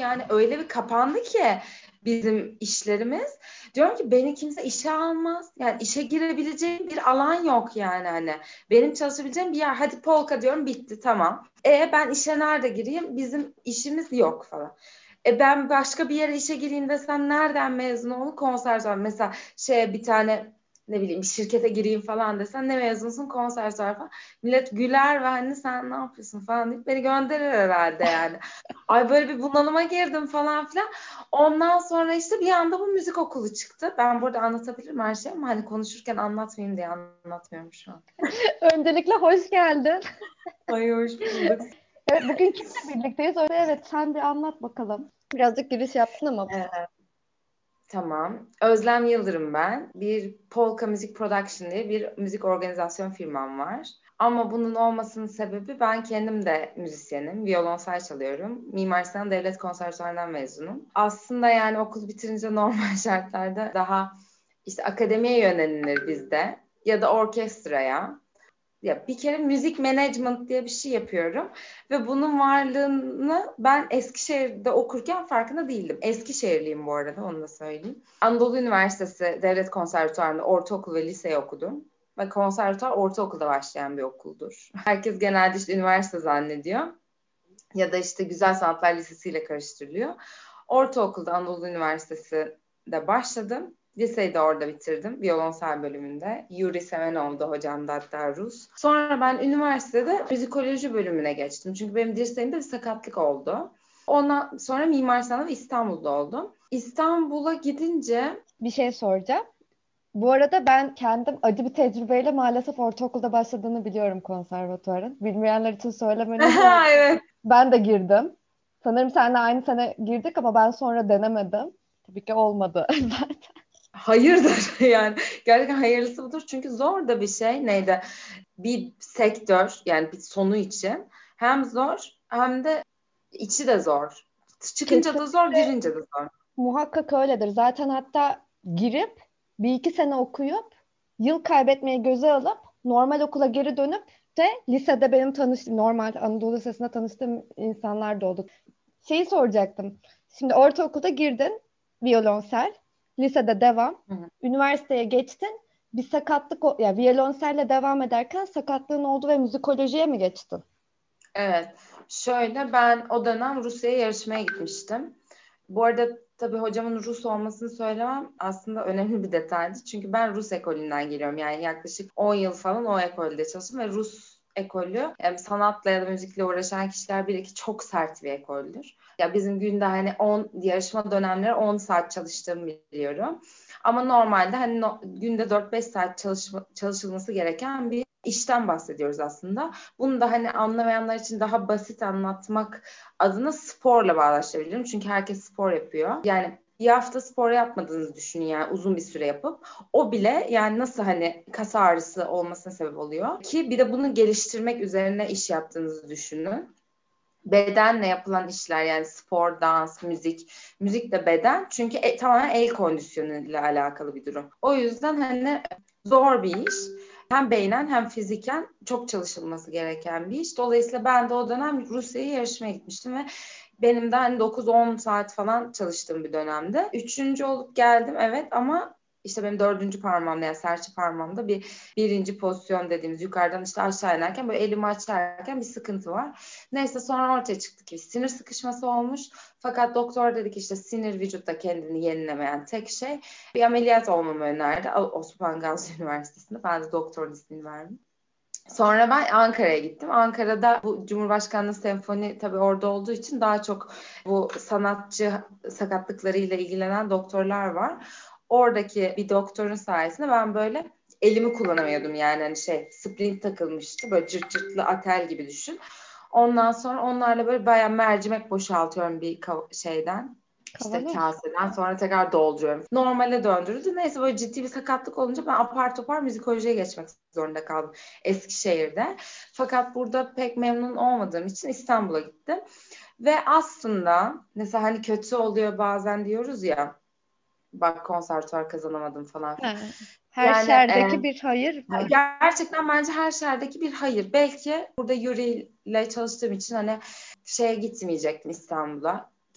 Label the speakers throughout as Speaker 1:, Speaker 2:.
Speaker 1: yani öyle bir kapandı ki bizim işlerimiz. Diyorum ki beni kimse işe almaz. Yani işe girebileceğim bir alan yok yani hani. Benim çalışabileceğim bir yer. Hadi Polka diyorum, bitti, tamam. Ben işe nerede gireyim? Bizim işimiz yok falan. Ben başka bir yere işe gireyim desem nereden mezun olun? Konservatuvar. Mesela bir tane ne bileyim şirkete gireyim falan desen ne mezunsun? Konservatuvar falan. Millet güler ve hani sen ne yapıyorsun falan deyip beni gönderir herhalde yani. Ay böyle bir bunalıma girdim falan filan. Ondan sonra işte bir anda bu müzik okulu çıktı. Ben burada anlatabilirim her şeyi ama hani konuşurken anlatmayayım diye anlatmıyorum şu an.
Speaker 2: Öncelikle hoş geldin.
Speaker 1: Ay hoş bulduk.
Speaker 2: Evet, bugün kimle birlikteyiz? Öyle, evet, sen bir anlat bakalım. Birazcık giriş yaptın ama.
Speaker 1: Tamam. Özlem Yıldırım ben. Bir Polka Music Production diye bir müzik organizasyon firmam var. Ama bunun olmasının sebebi ben kendim de müzisyenim. Violonsel çalıyorum. Mimar Sinan Devlet Konservatuvarı'ndan mezunum. Aslında yani okul bitirince normal şartlarda daha işte akademiye yönelilir bizde ya da orkestraya. Ya bir kere müzik management diye bir şey yapıyorum ve bunun varlığını ben Eskişehir'de okurken farkında değildim. Eskişehirliyim bu arada, onu da söyleyeyim. Anadolu Üniversitesi Devlet Konservatuvarı'nda ortaokul ve liseyi okudum. Ve konservatuvar ortaokulda başlayan bir okuldur. Herkes genelde işte üniversite zannediyor ya da işte Güzel Sanatlar Lisesi ile karıştırılıyor. Ortaokulda Anadolu Üniversitesi'de başladım. Liseyi de orada bitirdim. Violonsel bölümünde. Yuri Semenov'da hocam da hatta Rus. Sonra ben üniversitede müzikoloji bölümüne geçtim. Çünkü benim dirseğimde bir sakatlık oldu. Ondan sonra Mimar Sinan İstanbul'da oldum. İstanbul'a gidince
Speaker 2: Bir şey soracağım. Bu arada ben kendim acı bir tecrübeyle maalesef ortaokulda başladığını biliyorum konservatuvarın. Bilmeyenler için söylemenin
Speaker 1: evet.
Speaker 2: ben de girdim. Sanırım seninle aynı sene girdik ama ben sonra denemedim. Tabii ki olmadı zaten.
Speaker 1: Hayırdır yani. Gerçekten hayırlısı budur. Çünkü zor da bir şey. Neydi? Bir sektör yani bir sonu için hem zor hem de içi de zor. Çıkınca da zor,
Speaker 2: Kesinlikle
Speaker 1: girince de zor.
Speaker 2: muhakkak öyledir. Zaten hatta girip bir iki sene okuyup yıl kaybetmeyi göze alıp normal okula geri dönüp de lisede benim tanıştığım normal Anadolu Lisesi'nde tanıştığım insanlar da oldu. Şeyi soracaktım. Şimdi ortaokulda girdin, violonsel, lisede devam,
Speaker 1: Hı hı.
Speaker 2: üniversiteye geçtin. Bir sakatlık, ya violonselle devam ederken sakatlığın oldu ve müzikolojiye mi geçtin?
Speaker 1: Evet. Şöyle ben o dönem Rusya'ya yarışmaya gitmiştim. Bu arada tabii hocamın Rus olmasını söylemem aslında önemli bir detaydı. Çünkü ben Rus ekolünden geliyorum. Yani yaklaşık 10 yıl falan o ekolde çalıştım ve Rus ekolü yani sanatla ya da müzikle uğraşan kişiler bilir ki çok sert bir ekoldür. Ya bizim günde hani 10 yarışma dönemleri 10 saat çalıştığımı biliyorum. Ama normalde hani günde 4-5 saat çalışılması gereken bir işten bahsediyoruz aslında. Bunu da hani anlamayanlar için daha basit anlatmak adına sporla bağdaştırabilirim. Çünkü herkes spor yapıyor. Yani bir hafta spor yapmadığınızı düşünün yani uzun bir süre yapıp. O bile yani nasıl hani kas ağrısı olmasına sebep oluyor. Ki bir de bunu geliştirmek üzerine iş yaptığınızı düşünün. Bedenle yapılan işler yani spor, dans, müzik. Müzik de beden. Çünkü tamamen el kondisyonuyla alakalı bir durum. O yüzden hani zor bir iş. Hem beynen hem fiziken çok çalışılması gereken bir iş. Dolayısıyla ben de o dönem Rusya'ya yarışmaya gitmiştim ve benim de hani 9-10 saat falan çalıştığım bir dönemde. Üçüncü olup geldim evet ama işte benim dördüncü parmağımda yani serçe parmağımda birinci pozisyon dediğimiz yukarıdan işte aşağı inerken böyle elimi açarken bir sıkıntı var. Neyse sonra ortaya çıktı ki sinir sıkışması olmuş. Fakat doktor dedi ki işte sinir vücutta kendini yenilemeyen tek şey. Bir ameliyat olmamı önerdi. Osman Gazi Üniversitesi'nde. Ben de doktorun ismini verdim. Sonra ben Ankara'ya gittim. Ankara'da bu Cumhurbaşkanlığı Senfoni tabii orada olduğu için daha çok bu sanatçı sakatlıklarıyla ilgilenen doktorlar var. Oradaki bir doktorun sayesinde ben böyle elimi kullanamıyordum yani hani splint takılmıştı. Böyle cırt cırtlı atel gibi düşün. Ondan sonra onlarla böyle bayağı mercimek boşaltıyorum bir şeyden. İşte
Speaker 2: Kavanoz.
Speaker 1: kaseden sonra tekrar dolduruyorum. Normale döndürüldü. Neyse böyle ciddi bir sakatlık olunca ben apar topar müzikolojiye geçmek zorunda kaldım Eskişehir'de. Fakat burada pek memnun olmadığım için İstanbul'a gittim. Ve aslında mesela hani kötü oluyor bazen diyoruz ya bak konservatuvar kazanamadım falan filan.
Speaker 2: Ha, her
Speaker 1: Yani
Speaker 2: şerdeki bir hayır var.
Speaker 1: gerçekten bence her şerdeki bir hayır. Belki burada Yuri ile çalıştığım için hani gitmeyecektim İstanbul'a.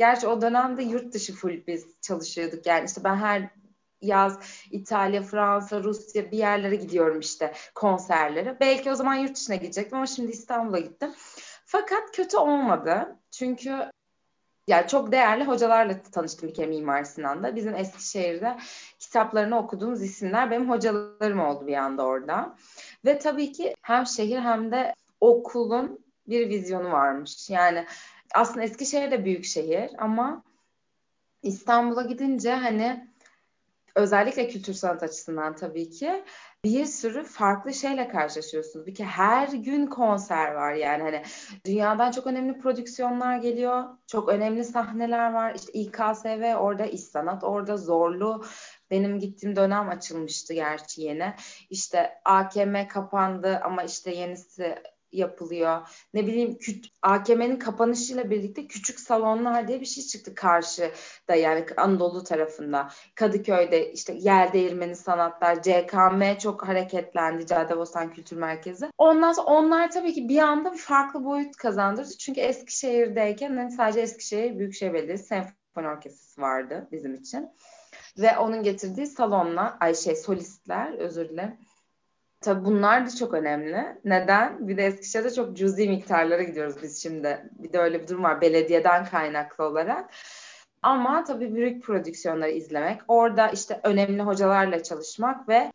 Speaker 1: Gerçi o dönemde yurt dışı full biz çalışıyorduk. Yani işte ben her yaz İtalya, Fransa, Rusya bir yerlere gidiyorum işte konserlere. Belki o zaman yurt dışına gidecektim ama şimdi İstanbul'a gittim. Fakat kötü olmadı. Çünkü yani çok değerli hocalarla tanıştım bir kere Mimar Sinan'da. Bizim Eskişehir'de kitaplarını okuduğumuz isimler benim hocalarım oldu bir anda orada. Ve tabii ki hem şehir hem de okulun bir vizyonu varmış. Yani aslında Eskişehir de büyük şehir ama İstanbul'a gidince hani özellikle kültür sanat açısından tabii ki bir sürü farklı şeyle karşılaşıyorsunuz. Bir kere her gün konser var yani hani dünyadan çok önemli prodüksiyonlar geliyor. Çok önemli sahneler var. İşte İKSV orada, İş Sanat orada, Zorlu. Benim gittiğim dönem açılmıştı gerçi yeni. İşte AKM kapandı ama işte yenisi yapılıyor. Ne bileyim AKM'nin kapanışıyla birlikte küçük salonlar diye bir şey çıktı karşıda yani Anadolu tarafında. Kadıköy'de işte Yel Değirmeni Sanatlar, CKM çok hareketlendi, Caddebostan Kültür Merkezi. Ondan sonra onlar tabii ki bir anda bir farklı boyut kazandırdı. Çünkü Eskişehir'deyken hani sadece Eskişehir Büyükşehir Belediyesi Senfoni Orkestrası vardı bizim için. Ve onun getirdiği salonla, solistler, özür dilerim. Tabii bunlar da çok önemli. Neden? Bir de Eskişehir'de çok cüzi miktarlara gidiyoruz biz şimdi. Bir de öyle bir durum var belediyeden kaynaklı olarak. Ama tabii büyük prodüksiyonları izlemek, orada işte önemli hocalarla çalışmak ve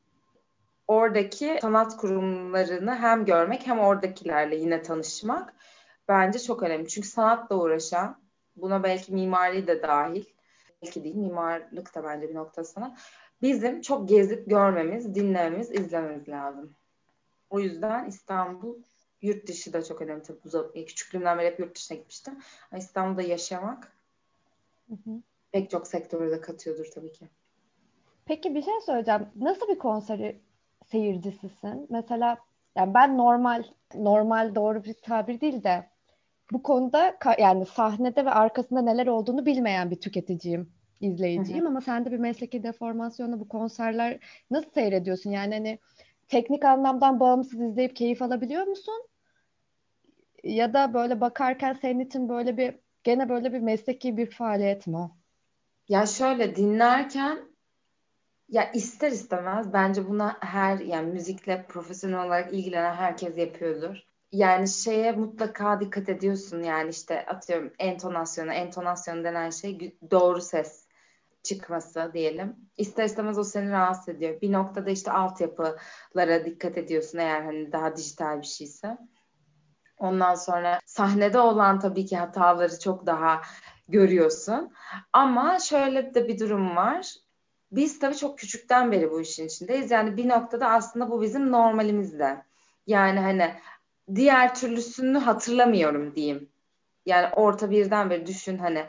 Speaker 1: oradaki sanat kurumlarını hem görmek hem oradakilerle yine tanışmak bence çok önemli. Çünkü sanatla uğraşan, buna belki mimari de dahil, belki değil mimarlık da bence bir noktasına, bizim çok gezip görmemiz, dinlememiz, izlememiz lazım. O yüzden İstanbul, yurt dışı da çok önemli tabii. Küçüklüğümden beri hep yurt dışına gitmiştim. Ama İstanbul'da yaşamak
Speaker 2: Hı hı.
Speaker 1: pek çok sektörü de katıyordur tabii ki.
Speaker 2: Peki bir şey söyleyeceğim. Nasıl bir konseri seyircisisin? Mesela yani ben normal doğru bir tabir değil de bu konuda yani sahnede ve arkasında neler olduğunu bilmeyen bir tüketiciyim,
Speaker 1: Hı hı.
Speaker 2: izleyiciyim ama sen de bir mesleki deformasyonla bu konserler nasıl seyrediyorsun? Yani hani teknik anlamdan bağımsız izleyip keyif alabiliyor musun? Ya da böyle bakarken senin için gene böyle bir mesleki bir faaliyet mi o?
Speaker 1: Ya şöyle dinlerken ya ister istemez bence buna yani müzikle profesyonel olarak ilgilenen herkes yapıyordur. Yani şeye mutlaka dikkat ediyorsun yani işte atıyorum entonasyon denen şey doğru ses çıkması diyelim. İster istemez o seni rahatsız ediyor. Bir noktada işte altyapılara dikkat ediyorsun eğer hani daha dijital bir şeyse. Ondan sonra sahnede olan tabii ki hataları çok daha görüyorsun. Ama şöyle de bir durum var. Biz tabii çok küçükten beri bu işin içindeyiz. Yani bir noktada aslında bu bizim normalimizde. Yani hani diğer türlüsünü hatırlamıyorum diyeyim. Yani orta birden beri düşün hani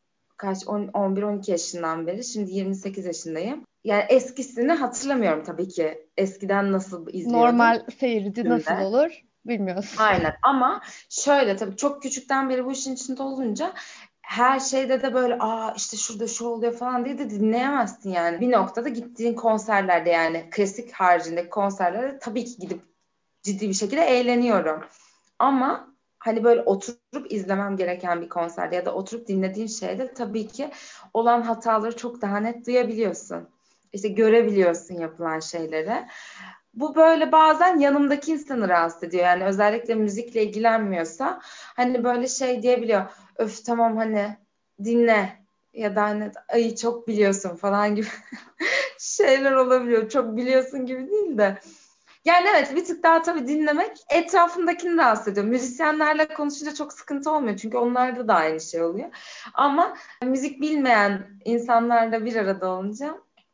Speaker 1: 11-12 yaşından beri şimdi 28 yaşındayım. Yani eskisini hatırlamıyorum tabii ki. Eskiden nasıl izliyordum
Speaker 2: Normal seyirci nasıl
Speaker 1: şimdi.
Speaker 2: olur bilmiyorsun.
Speaker 1: Aynen ama şöyle tabii çok küçükten beri bu işin içinde olunca her şeyde de böyle işte şurada şu oluyor falan diye de dinleyemezsin yani. Bir noktada gittiğin konserlerde yani klasik haricindeki konserlerde tabii ki gidip ciddi bir şekilde eğleniyorum. Ama hani böyle oturup izlemem gereken bir konserde ya da oturup dinlediğin şeyde tabii ki olan hataları çok daha net duyabiliyorsun. İşte görebiliyorsun yapılan şeyleri. Bu böyle bazen yanımdaki insanı rahatsız ediyor. Yani özellikle müzikle ilgilenmiyorsa hani böyle şey diyebiliyor. Öf tamam hani dinle ya da hani ay çok biliyorsun falan gibi şeyler olabiliyor. Çok biliyorsun gibi değil de. Yani evet bir tık daha tabii dinlemek etrafındakini rahatsız ediyor. Müzisyenlerle konuşunca çok sıkıntı olmuyor. Çünkü onlarda da aynı şey oluyor. Ama müzik bilmeyen insanlarla bir arada olunca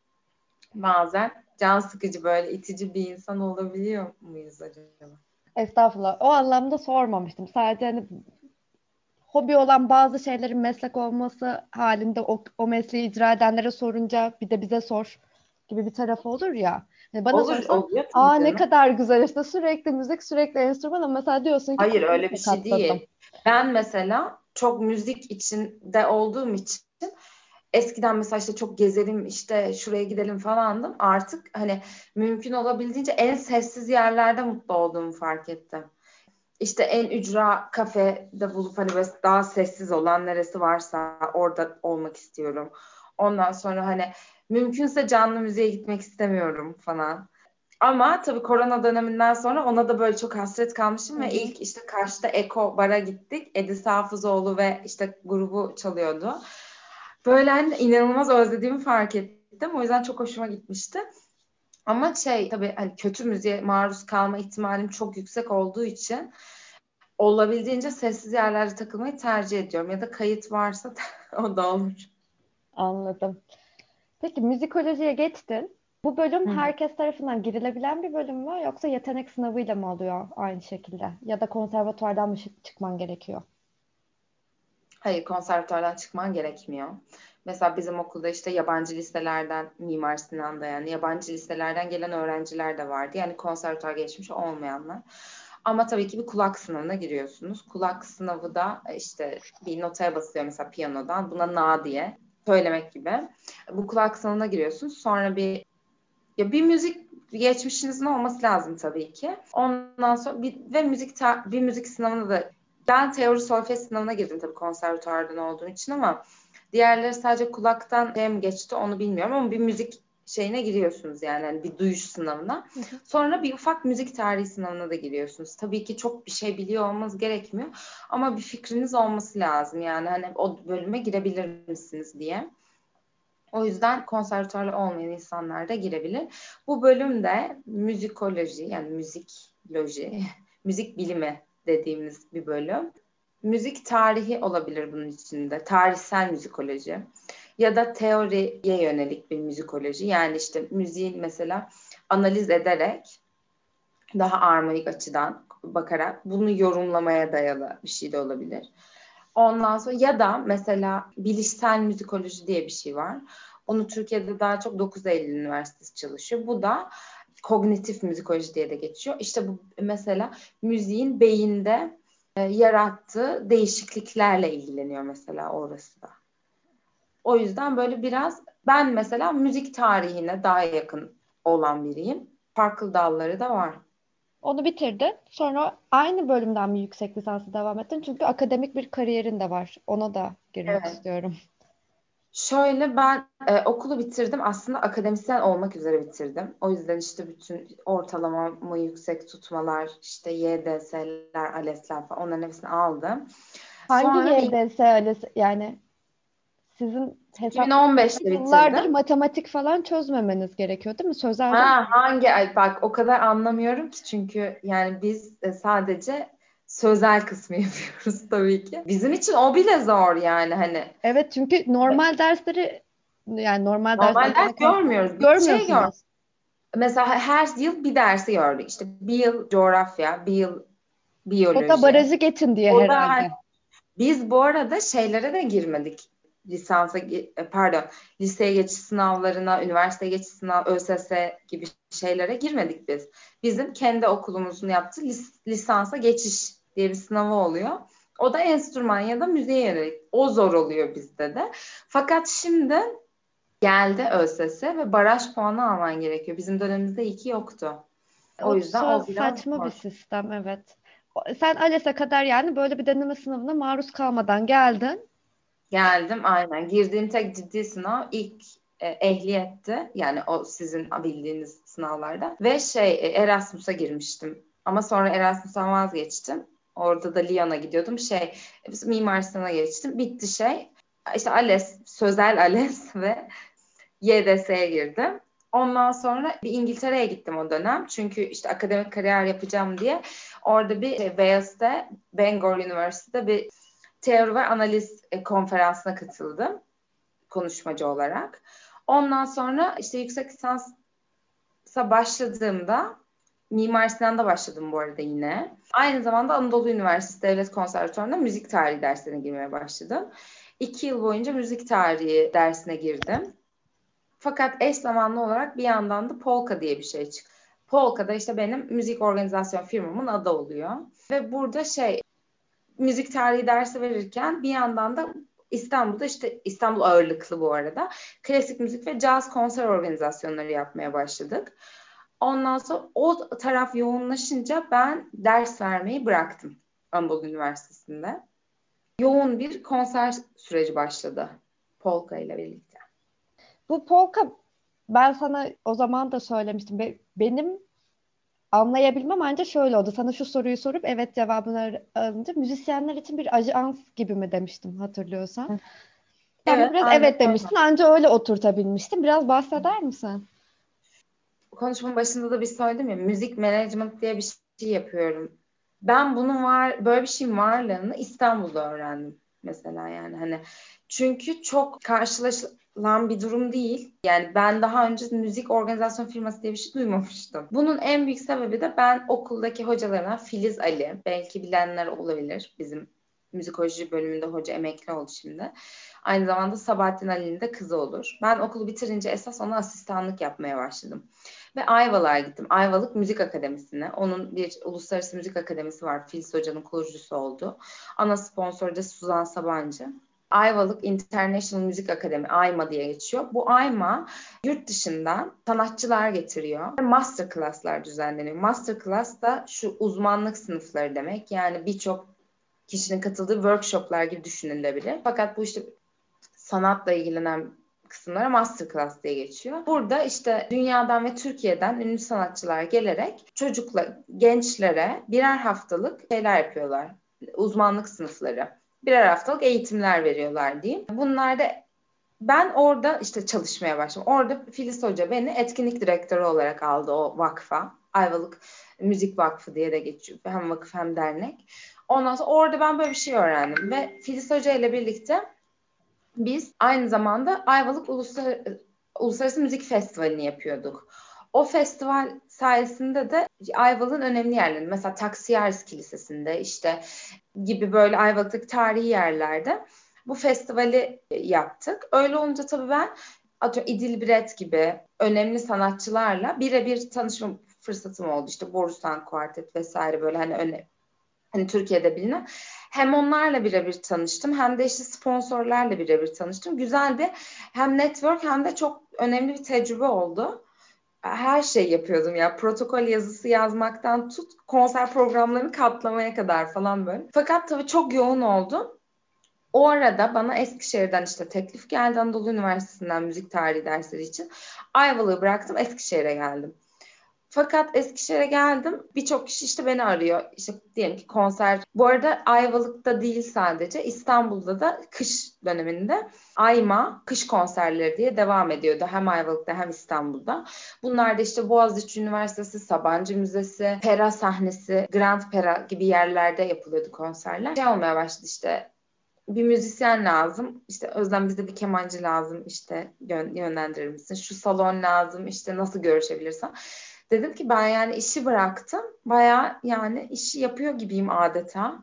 Speaker 1: bazen can sıkıcı böyle itici bir insan olabiliyor muyuz acaba?
Speaker 2: Estağfurullah. O anlamda sormamıştım. Sadece hani hobi olan bazı şeylerin meslek olması halinde o mesleği icra edenlere sorunca bir de bize sor gibi bir tarafı olur ya. Hani bana
Speaker 1: Olur
Speaker 2: sorsan
Speaker 1: oluyor tabii
Speaker 2: ne
Speaker 1: canım.
Speaker 2: kadar güzel işte sürekli müzik sürekli enstrüman ama mesela diyorsun ki
Speaker 1: Hayır
Speaker 2: kulağımı
Speaker 1: öyle bir şey
Speaker 2: sakatladım.
Speaker 1: değil. Ben mesela çok müzik içinde olduğum için eskiden mesela işte çok gezelim işte şuraya gidelim falandım. Artık hani mümkün olabildiğince en sessiz yerlerde mutlu olduğumu fark ettim. İşte en ücra kafede bulup hani böyle daha sessiz olan neresi varsa orada olmak istiyorum. Ondan sonra hani mümkünse canlı müziğe gitmek istemiyorum falan. Ama tabii korona döneminden sonra ona da böyle çok hasret kalmışım
Speaker 2: Hı
Speaker 1: ve
Speaker 2: hı.
Speaker 1: ilk işte Kaş'ta Eko Bar'a gittik. Edis Hafızoğlu ve işte grubu çalıyordu. Böyle hani inanılmaz özlediğimi fark ettim. O yüzden çok hoşuma gitmişti. Ama tabii hani kötü müziğe maruz kalma ihtimalim çok yüksek olduğu için olabildiğince sessiz yerlerde takılmayı tercih ediyorum. Ya da kayıt varsa o da olur.
Speaker 2: Anladım. Peki müzikolojiye geçtin. Bu bölüm
Speaker 1: Hı hı.
Speaker 2: herkes tarafından girilebilen bir bölüm mü yoksa yetenek sınavıyla mı oluyor aynı şekilde? Ya da konservatuvardan mı çıkman gerekiyor?
Speaker 1: Hayır, konservatuardan çıkman gerekmiyor. Mesela bizim okulda işte yabancı listelerden Mimar Sinan'da yani yabancı listelerden gelen öğrenciler de vardı. Yani konservatuar geçmiş olmayanlar. Ama tabii ki bir kulak sınavına giriyorsunuz. Kulak sınavı da işte bir notaya basıyor mesela piyanodan. Buna na diye söylemek gibi. Bu kulak sınavına giriyorsunuz. Sonra bir müzik geçmişinizin olması lazım tabii ki. Ondan sonra bir müzik sınavına da ben teori solfej sınavına girdim tabii konservatuvardan olduğum için ama diğerleri sadece kulaktan mi geçti onu bilmiyorum ama bir müzik şeyine giriyorsunuz yani bir duyuş sınavına.
Speaker 2: Hı hı.
Speaker 1: Sonra bir ufak müzik tarihi sınavına da giriyorsunuz. Tabii ki çok bir şey biliyor olmanız gerekmiyor ama bir fikriniz olması lazım yani hani o bölüme girebilir misiniz diye. O yüzden konservatuarlı olmayan insanlar da girebilir. Bu bölümde müzikoloji yani müzikloji, müzik bilimi dediğimiz bir bölüm. Müzik tarihi olabilir bunun içinde. Tarihsel müzikoloji ya da teoriye yönelik bir müzikoloji. Yani işte müziğin mesela analiz ederek daha armonik açıdan bakarak bunu yorumlamaya dayalı bir şey de olabilir. Ondan sonra ya da mesela bilişsel müzikoloji diye bir şey var. Onu Türkiye'de daha çok 9 Eylül Üniversitesi çalışıyor. Bu da kognitif müzikoloji diye de geçiyor. İşte bu mesela müziğin beyinde yarattığı değişikliklerle ilgileniyor mesela orası da. O yüzden böyle biraz ben mesela müzik tarihine daha yakın olan biriyim. Farklı dalları da var.
Speaker 2: Onu bitirdin. Sonra aynı bölümden mi yüksek lisansı devam ettin? Çünkü akademik bir kariyerin de var. Ona da girmek
Speaker 1: Evet.
Speaker 2: istiyorum.
Speaker 1: Şöyle ben okulu bitirdim. Aslında akademisyen olmak üzere bitirdim. O yüzden işte bütün ortalamamı yüksek tutmalar, işte YDS'ler, ALES'ler falan onların hepsini aldım.
Speaker 2: Hangi
Speaker 1: Sonra bir
Speaker 2: YDS ailesi yani sizin hesapladığınız
Speaker 1: 2015'te
Speaker 2: yıllardır
Speaker 1: bitirdim.
Speaker 2: matematik falan çözmemeniz gerekiyor değil mi? Sözelde mi?
Speaker 1: Ha, ay bak o kadar anlamıyorum ki çünkü yani biz sadece sözel kısmı yapıyoruz tabii ki. Bizim için o bile zor yani hani.
Speaker 2: Evet çünkü normal dersleri yani normal
Speaker 1: Normal
Speaker 2: dersleri
Speaker 1: ders
Speaker 2: gene
Speaker 1: görmüyoruz. Bir şey gör.
Speaker 2: görmüyorsunuz.
Speaker 1: Mesela her yıl bir dersi gördük. İşte bir yıl coğrafya, bir yıl
Speaker 2: O da
Speaker 1: biyoloji.
Speaker 2: barajı geçin diye
Speaker 1: O da hani
Speaker 2: herhalde.
Speaker 1: biz bu arada şeylere de girmedik. Pardon, liseye geçiş sınavlarına, üniversiteye geçiş sınav, ÖSS gibi şeylere girmedik biz. Bizim kendi okulumuzun yaptığı lisansa geçiş diye bir sınavı oluyor. O da enstrüman ya da müziğe yönelik. O zor oluyor bizde de. Fakat şimdi geldi ÖSS ve baraj puanı alman gerekiyor. Bizim dönemimizde iki yoktu. O yüzden o biraz
Speaker 2: Saçma bir
Speaker 1: zor.
Speaker 2: sistem evet. Sen ALES'e kadar yani böyle bir deneme sınavına maruz kalmadan geldin.
Speaker 1: Geldim aynen. Girdiğim tek ciddi sınav ilk ehliyetti. Yani o sizin bildiğiniz sınavlarda. Ve Erasmus'a girmiştim. Ama sonra Erasmus'tan vazgeçtim. Orada da Lyon'a gidiyordum. Mimar Sinan'a geçtim. Bitti şey. İşte ALES, sözel ALES ve YDS'ye girdim. Ondan sonra bir İngiltere'ye gittim o dönem. Çünkü işte akademik kariyer yapacağım diye. Orada bir Wales'te, Bangor Üniversitesi'de bir teori ve analiz konferansına katıldım konuşmacı olarak. Ondan sonra işte yüksek lisansa başladığımda Mimar Sinan'da başladım bu arada yine. Aynı zamanda Anadolu Üniversitesi Devlet Konservatuvarı'nda müzik tarihi derslerine girmeye başladım. 2 yıl boyunca müzik tarihi dersine girdim. Fakat eş zamanlı olarak bir yandan da Polka diye bir şey çıktı. Polka da işte benim müzik organizasyon firmamın adı oluyor. Ve burada müzik tarihi dersi verirken bir yandan da İstanbul'da işte İstanbul ağırlıklı bu arada klasik müzik ve caz konser organizasyonları yapmaya başladık. Ondan sonra o taraf yoğunlaşınca ben ders vermeyi bıraktım Anadolu Üniversitesi'nde. Yoğun bir konser süreci başladı polka ile birlikte.
Speaker 2: Bu polka, ben sana o zaman da söylemiştim. Benim anlayabilmem ancak şöyle oldu. Sana şu soruyu sorup evet cevabını alınca müzisyenler için bir ajans gibi mi demiştim, hatırlıyorsan. Sen de
Speaker 1: Evet,
Speaker 2: biraz
Speaker 1: aynen
Speaker 2: evet
Speaker 1: öyle.
Speaker 2: demiştin. Anca öyle oturtabilmiştim. Biraz bahseder misin?
Speaker 1: Konuşmanın başında da bir söyledim ya, müzik management diye bir şey yapıyorum. Ben bunun böyle bir şeyin varlığını İstanbul'da öğrendim mesela, yani hani çünkü çok karşılaşılan bir durum değil. Yani ben daha önce müzik organizasyon firması diye bir şey duymamıştım. Bunun en büyük sebebi de ben okuldaki hocalarına Filiz Ali, belki bilenler olabilir. Bizim müzikoloji bölümünde hoca, emekli oldu şimdi. Aynı zamanda Sabahattin Ali'nin de kızı olur. Ben okulu bitirince esas ona asistanlık yapmaya başladım. Ve Ayvalık'a gittim. Ayvalık Müzik Akademisi'ne. Onun bir uluslararası müzik akademisi var. Filiz Hoca'nın kurucusu oldu. Ana sponsoru da Suzan Sabancı. Ayvalık International Müzik Akademi, AYMA diye geçiyor. Bu AYMA yurt dışından sanatçılar getiriyor. Master class'lar düzenleniyor. Master class da şu uzmanlık sınıfları demek. Yani birçok kişinin katıldığı workshoplar gibi düşünülebilir. Fakat bu işte sanatla ilgilenen kısımlara masterclass diye geçiyor. Burada işte dünyadan ve Türkiye'den ünlü sanatçılar gelerek gençlere birer haftalık şeyler yapıyorlar. Uzmanlık sınıfları. Birer haftalık eğitimler veriyorlar diyeyim. Bunlar da ben orada işte çalışmaya başladım. Orada Filiz Hoca beni etkinlik direktörü olarak aldı o vakfa. Ayvalık Müzik Vakfı diye de geçiyor. Hem vakıf hem dernek. Ondan sonra orada ben böyle bir şey öğrendim. Ve Filiz Hoca ile birlikte biz aynı zamanda Ayvalık Uluslararası Müzik Festivali'ni yapıyorduk. O festival sayesinde de Ayvalık'ın önemli yerlerinde, mesela Taksiyeris Kilisesi'nde işte gibi böyle Ayvalık'taki tarihi yerlerde bu festivali yaptık. Öyle olunca tabii ben atıyorum İdil Biret gibi önemli sanatçılarla birebir tanışma fırsatım oldu. İşte Borusan Kuartet vesaire, böyle hani Türkiye'de bilinen. Hem onlarla birebir tanıştım, hem de işte sponsorlarla birebir tanıştım. Güzel bir hem network hem de çok önemli bir tecrübe oldu. Her şey yapıyordum ya. Protokol yazısı yazmaktan tut, konser programlarını katlamaya kadar falan böyle. Fakat tabii çok yoğun oldu. O arada bana Eskişehir'den işte teklif geldi, Anadolu Üniversitesi'nden müzik tarihi dersleri için. Ayvalık'ı bıraktım, Eskişehir'e geldim. Fakat Eskişehir'e geldim. Birçok kişi işte beni arıyor. İşte diyelim ki konser. Bu arada Ayvalık'ta değil sadece, İstanbul'da da kış döneminde Ayma kış konserleri diye devam ediyordu. Hem Ayvalık'ta hem İstanbul'da. Bunlar da işte Boğaziçi Üniversitesi, Sabancı Müzesi, Pera sahnesi, Grand Pera gibi yerlerde yapılıyordu konserler. Şey olmaya başladı işte, bir müzisyen lazım. İşte Özlem, bize bir kemancı lazım. İşte yönlendirir misin? Şu salon lazım. İşte nasıl görüşebilirsen. Dedim ki ben yani işi bıraktım. Bayağı yani işi yapıyor gibiyim adeta.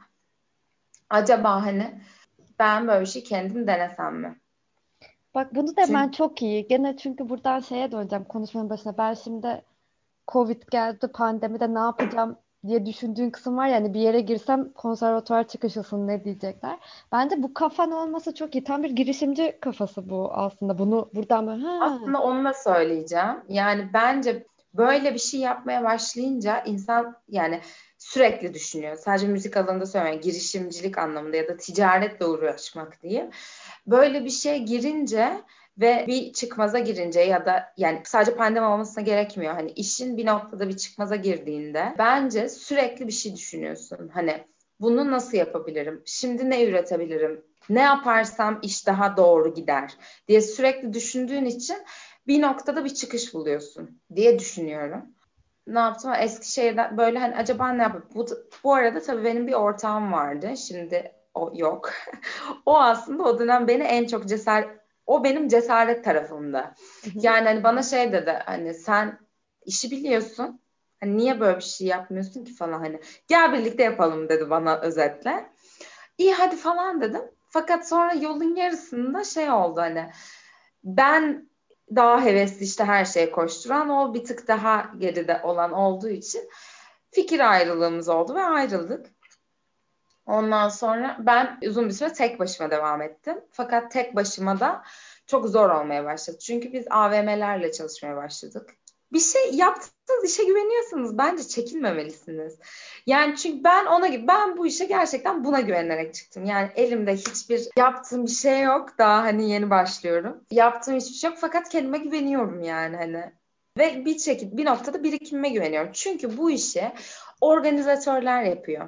Speaker 1: Acaba hani ben böyle bir şey kendim denesem mi?
Speaker 2: Bak bunu demen
Speaker 1: Çünkü
Speaker 2: çok iyi. Gene çünkü buradan şeye döneceğim konuşmanın başına. Ben şimdi Covid geldi, pandemide ne yapacağım diye düşündüğün kısım var ya, hani bir yere girsem konservatuvar çıkışısın ne diyecekler. Bence bu kafan olması çok iyi. Tam bir girişimci kafası bu aslında. Bunu buradan böyle ha.
Speaker 1: aslında onu da söyleyeceğim. Yani bence böyle bir şey yapmaya başlayınca insan yani sürekli düşünüyor. Sadece müzik alanında söylemiyorum. Girişimcilik anlamında ya da ticaretle uğraşmak diyeyim. Böyle bir şeye girince ve bir çıkmaza girince, ya da yani sadece pandemi olmasına gerekmiyor. Hani işin bir noktada bir çıkmaza girdiğinde bence sürekli bir şey düşünüyorsun. Hani bunu nasıl yapabilirim? Şimdi ne üretebilirim? Ne yaparsam iş daha doğru gider diye sürekli düşündüğün için bir noktada bir çıkış buluyorsun diye düşünüyorum. Ne yaptım? Eskişehir'den böyle hani acaba ne yapayım? Bu arada tabii benim bir ortağım vardı. Şimdi o yok. O aslında o dönem beni en çok o benim cesaret tarafımda.
Speaker 2: Hı hı.
Speaker 1: Yani hani bana şey dedi, hani sen işi biliyorsun. Hani niye böyle bir şey yapmıyorsun ki falan, hani gel birlikte yapalım dedi bana özetle. İyi hadi falan dedim. Fakat sonra yolun yarısında şey oldu, hani ben daha hevesli işte her şeye koşturan, o bir tık daha geride olan olduğu için fikir ayrılığımız oldu ve ayrıldık. Ondan sonra ben uzun bir süre tek başıma devam ettim. Fakat tek başıma da çok zor olmaya başladı. Çünkü biz AVM'lerle çalışmaya başladık. bir şey yaptığınız işe güveniyorsanız bence çekinmemelisiniz. Yani çünkü ben bu işe gerçekten buna güvenerek çıktım. Yani elimde hiçbir yaptığım bir şey yok. Daha hani yeni başlıyorum. Yaptığım hiçbir şey yok fakat kendime güveniyorum yani hani. Ve bir noktada birikimime güveniyorum. Çünkü bu işi organizatörler yapıyor.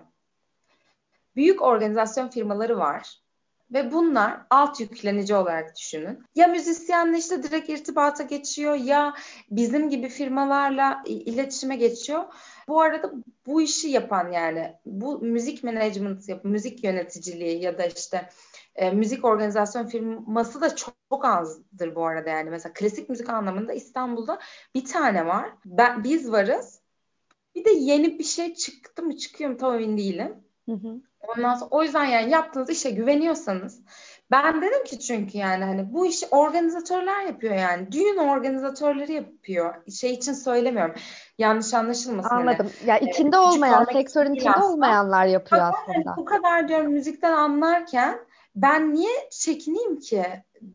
Speaker 1: Büyük organizasyon firmaları var. Ve bunlar alt yüklenici olarak düşünün. Ya müzisyenle işte direkt irtibata geçiyor ya bizim gibi firmalarla iletişime geçiyor. Bu arada bu işi yapan yani bu müzik management müzik yöneticiliği ya da işte müzik organizasyon firması da çok azdır bu arada yani. Mesela klasik müzik anlamında İstanbul'da bir tane var. Biz varız. Bir de yeni bir şey çıktı mı çıkıyor mu tam emin değilim.
Speaker 2: Hı hı.
Speaker 1: Ondan sonra o yüzden yani yaptığınız işe güveniyorsanız ben dedim ki çünkü yani hani bu işi organizatörler yapıyor yani düğün organizatörleri yapıyor şey için söylemiyorum yanlış anlaşılmasın hani
Speaker 2: Anladım. Ya içinde
Speaker 1: küçük
Speaker 2: olmayan,
Speaker 1: görmek için
Speaker 2: sektörün
Speaker 1: değil
Speaker 2: içinde
Speaker 1: asla.
Speaker 2: olmayanlar yapıyor
Speaker 1: Fakat hani
Speaker 2: aslında.
Speaker 1: bu kadar diyorum müzikten anlarken ben niye çekineyim ki?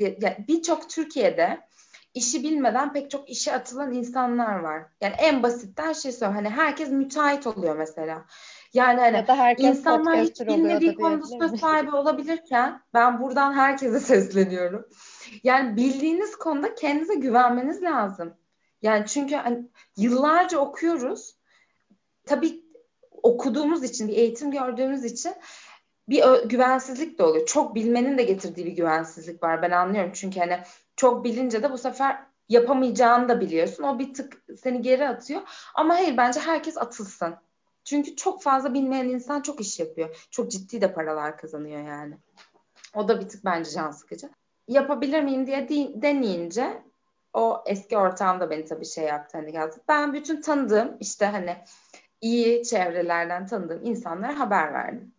Speaker 1: Birçok Türkiye'de işi bilmeden pek çok işe atılan insanlar var. Yani en basitten şey söyleyeyim. Hani herkes müteahhit oluyor mesela. Yani hani
Speaker 2: Ya da herkes
Speaker 1: insanlar
Speaker 2: podcaster
Speaker 1: hiç
Speaker 2: oluyor
Speaker 1: bilmediği
Speaker 2: da
Speaker 1: konuda
Speaker 2: diyebilir
Speaker 1: söz
Speaker 2: miyiz?
Speaker 1: sahibi olabilirken ben buradan herkese sesleniyorum. Yani bildiğiniz konuda kendinize güvenmeniz lazım. Yani çünkü hani yıllarca okuyoruz. Tabii okuduğumuz için, bir eğitim gördüğümüz için bir güvensizlik de oluyor. Çok bilmenin de getirdiği bir güvensizlik var. Ben anlıyorum. Çünkü hani çok bilince de bu sefer yapamayacağını da biliyorsun. O bir tık seni geri atıyor. Ama hayır bence herkes atılsın. Çünkü çok fazla bilmeyen insan çok iş yapıyor. Çok ciddi de paralar kazanıyor yani. O da bir tık bence can sıkıcı. Yapabilir miyim diye deneyince o eski ortamda beni tabii şey yaptı hani geldi. Ben bütün tanıdığım işte hani iyi çevrelerden tanıdığım insanlara haber verdim.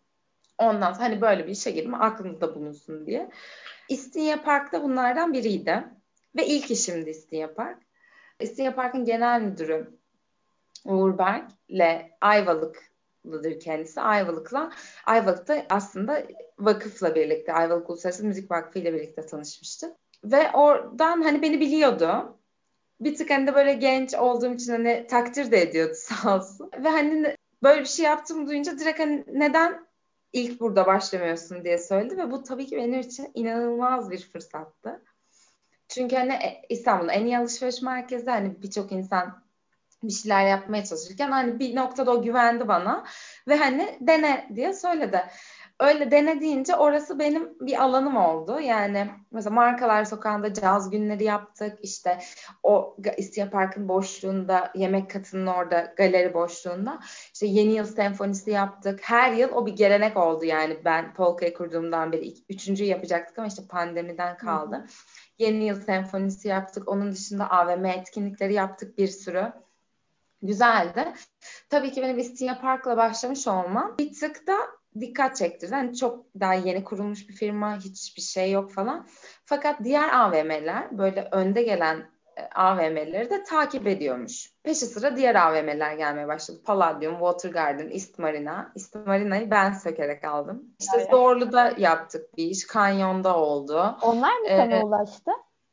Speaker 1: Ondan sonra hani böyle bir işe girdim aklınızda bulunsun diye. İstinye Park da bunlardan biriydi. Ve ilk işimdi İstinye Park. İstinye Park'ın genel müdürü Uğur Berk ile Ayvalıklıdır kendisi. Ayvalık'ta aslında vakıfla birlikte Ayvalık Uluslararası Müzik Vakfı ile birlikte tanışmıştı. Ve oradan hani beni biliyordu. Bir tık hani de böyle genç olduğum için hani takdir de ediyordu sağ olsun. Ve hani böyle bir şey yaptığımı duyunca direkt hani neden ilk burada başlamıyorsun diye söyledi ve bu tabii ki benim için inanılmaz bir fırsattı. Çünkü hani İstanbul'un en iyi alışveriş merkezi hani birçok insan bir şeyler yapmaya çalışırken hani bir noktada o güvendi bana ve hani dene diye söyledi. Öyle dene deyince orası benim bir alanım oldu. Yani mesela Markalar Sokağı'nda caz günleri yaptık. İşte o İstiya Park'ın boşluğunda, yemek katının orada, galeri boşluğunda işte Yeni Yıl Senfonisi yaptık. Her yıl o bir gelenek oldu yani ben Polka'yı kurduğumdan beri üçüncüyü yapacaktık ama işte pandemiden
Speaker 2: Hı hı.
Speaker 1: kaldı. Yeni Yıl Senfonisi yaptık. Onun dışında AVM etkinlikleri yaptık bir sürü. Güzeldi. Tabii ki benim İstinye Park'la başlamış olmam bir tık da dikkat çektirdi. Hani çok daha yeni kurulmuş bir firma, hiçbir şey yok falan. Fakat diğer AVM'ler böyle önde gelen AVM'leri de takip ediyormuş. Peşi sıra diğer AVM'ler gelmeye başladı. Palladium, Water Garden, East Marina. East Marina'yı ben sökerek aldım. İşte
Speaker 2: Evet.
Speaker 1: Zorlu'da yaptık bir iş. Kanyon'da oldu.
Speaker 2: Onlar mı
Speaker 1: Ee,
Speaker 2: sana ulaştı?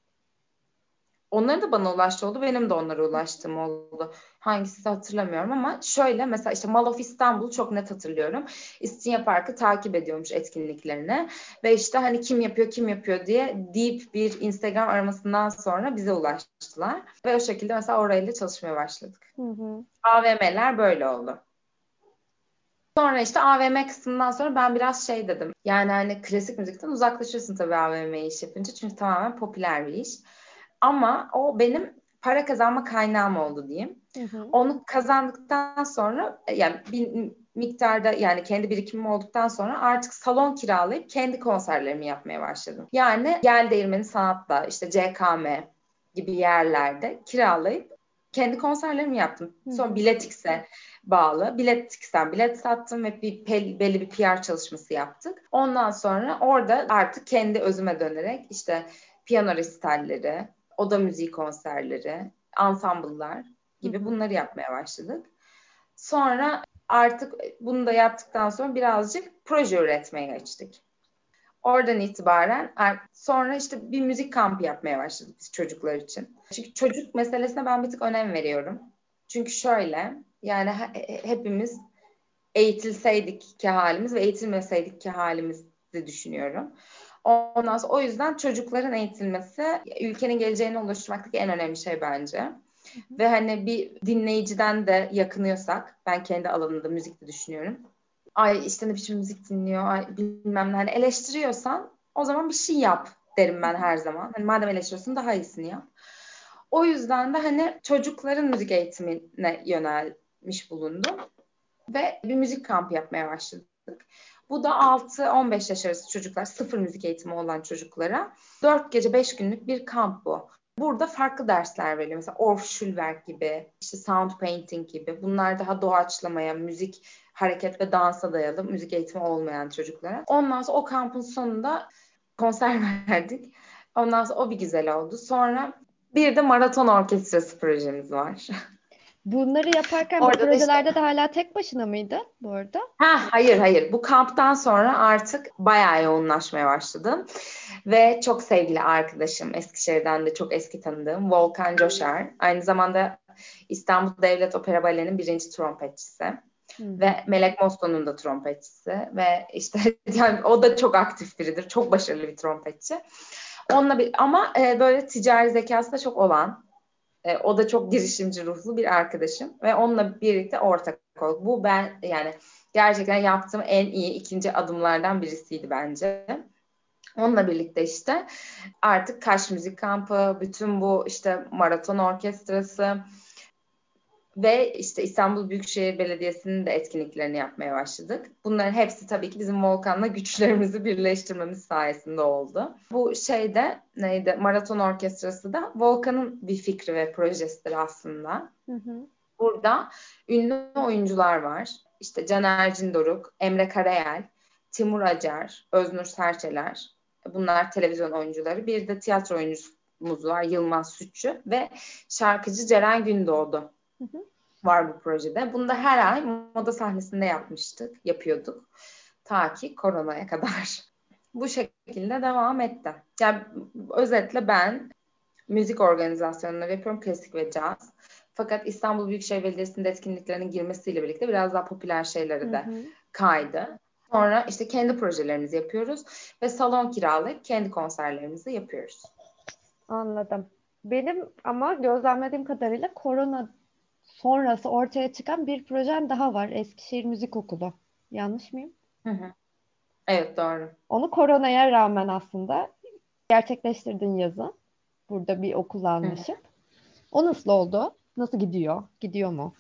Speaker 1: Onların da bana ulaştı oldu. Benim de onlara ulaştığım oldu. Hangisi hatırlamıyorum ama şöyle mesela işte Mall of İstanbul'u çok net hatırlıyorum. İstinye Park'ı takip ediyormuş etkinliklerini. Ve işte hani kim yapıyor diye deep bir Instagram aramasından sonra bize ulaştılar. Ve o şekilde mesela orayla çalışmaya başladık.
Speaker 2: Hı hı.
Speaker 1: AVM'ler böyle oldu. Sonra işte AVM kısmından sonra ben biraz şey dedim. Yani hani klasik müzikten uzaklaşıyorsun tabii AVM iş yapınca. Çünkü tamamen popüler bir iş. Ama o benim para kazanma kaynağım oldu diyeyim.
Speaker 2: Hı hı.
Speaker 1: Onu kazandıktan sonra yani bir miktarda yani kendi birikimim olduktan sonra artık salon kiralayıp kendi konserlerimi yapmaya başladım. Yani Yel Sanat'ta işte CKM gibi yerlerde kiralayıp kendi konserlerimi yaptım.
Speaker 2: Hı
Speaker 1: Sonra
Speaker 2: hı.
Speaker 1: Biletix'e bağlı. Biletix'ten bilet sattım ve belli bir PR çalışması yaptık. Ondan sonra orada artık kendi özüme dönerek işte piyano resitalleri, oda müziği konserleri, ansambıllar
Speaker 2: Hı
Speaker 1: gibi
Speaker 2: hı.
Speaker 1: bunları yapmaya başladık. Sonra artık bunu da yaptıktan sonra birazcık proje üretmeye geçtik. Oradan itibaren sonra işte bir müzik kampı yapmaya başladık biz çocuklar için. Çünkü çocuk meselesine ben bir tık önem veriyorum. Çünkü şöyle, yani hepimiz eğitilseydik ki halimiz ve eğitilmeseydik ki halimizi düşünüyorum. Ondan sonra o yüzden çocukların eğitilmesi ülkenin geleceğini oluşturmaktaki en önemli şey bence. Ve hani bir dinleyiciden de yakınıyorsak, ben kendi alanımda müzikte düşünüyorum. Ay işte ne biçim müzik dinliyor, ay bilmem ne. Hani eleştiriyorsan o zaman bir şey yap derim ben her zaman. Hani madem eleştiriyorsun daha iyisini yap. O yüzden de hani çocukların müzik eğitimine yönelmiş bulundum. Ve bir müzik kampı yapmaya başladık. Bu da 6-15 yaş arası çocuklar, sıfır müzik eğitimi olan çocuklara 4 gece 5 günlük bir kamp bu. Burada farklı dersler veriliyor. Mesela Orff Schulwerk gibi, işte sound painting gibi. Bunlar daha doğaçlamaya, müzik, hareket ve dansa dayalı müzik eğitimi olmayan çocuklara. Ondan sonra o kampın sonunda konser verdik. Ondan sonra o bir güzel oldu. Sonra bir de maraton orkestrası projemiz var.
Speaker 2: Bunları yaparken bu
Speaker 1: Orada da işte
Speaker 2: projelerde de hala tek başına mıydı bu arada?
Speaker 1: hayır. Bu kamptan sonra artık bayağı yoğunlaşmaya başladım. Ve çok sevgili arkadaşım, Eskişehir'den de çok eski tanıdığım Volkan Coşar. Aynı zamanda İstanbul Devlet Opera Balesi'nin birinci trompetçisi. Ve Melek Mosto'nun da trompetçisi. Ve işte yani o da çok aktif biridir. Çok başarılı bir trompetçi. Ama böyle ticari zekası da çok olan, o da çok girişimci ruhlu bir arkadaşım ve onunla birlikte ortak olduk. Bu ben yani gerçekten yaptığım en iyi ikinci adımlardan birisiydi bence. Onunla birlikte işte artık Kaş Müzik Kampı, bütün bu işte maraton orkestrası ve işte İstanbul Büyükşehir Belediyesi'nin de etkinliklerini yapmaya başladık. Bunların hepsi tabii ki bizim Volkan'la güçlerimizi birleştirmemiz sayesinde oldu. Bu şeyde neydi? Maraton Orkestrası da Volkan'ın bir fikri ve projesidir aslında. Burada ünlü oyuncular var. İşte Caner Cindoruk, Emre Karayel, Timur Acar, Öznur Serçeler. Bunlar televizyon oyuncuları. Bir de tiyatro oyuncumuz var, Yılmaz Sütçü ve şarkıcı Ceren Gündoğdu var bu projede. Bunu da her ay moda sahnesinde yapıyorduk. Ta ki koronaya kadar. Bu şekilde devam etti. Yani özetle ben müzik organizasyonları yapıyorum, klasik ve caz. Fakat İstanbul Büyükşehir Belediyesi'nin etkinliklerinin girmesiyle birlikte biraz daha popüler şeyleri de kaydı. Sonra işte kendi projelerimizi yapıyoruz ve salon kiralayıp kendi konserlerimizi yapıyoruz.
Speaker 2: Anladım. Benim ama gözlemlediğim kadarıyla korona sonrası ortaya çıkan bir projem daha var. Eskişehir Müzik Okulu. Yanlış mıyım?
Speaker 1: Hı. Evet, doğru.
Speaker 2: Onu koronaya rağmen aslında gerçekleştirdin yazın. Burada bir okul almışım. O nasıl oldu? Nasıl gidiyor? Gidiyor mu?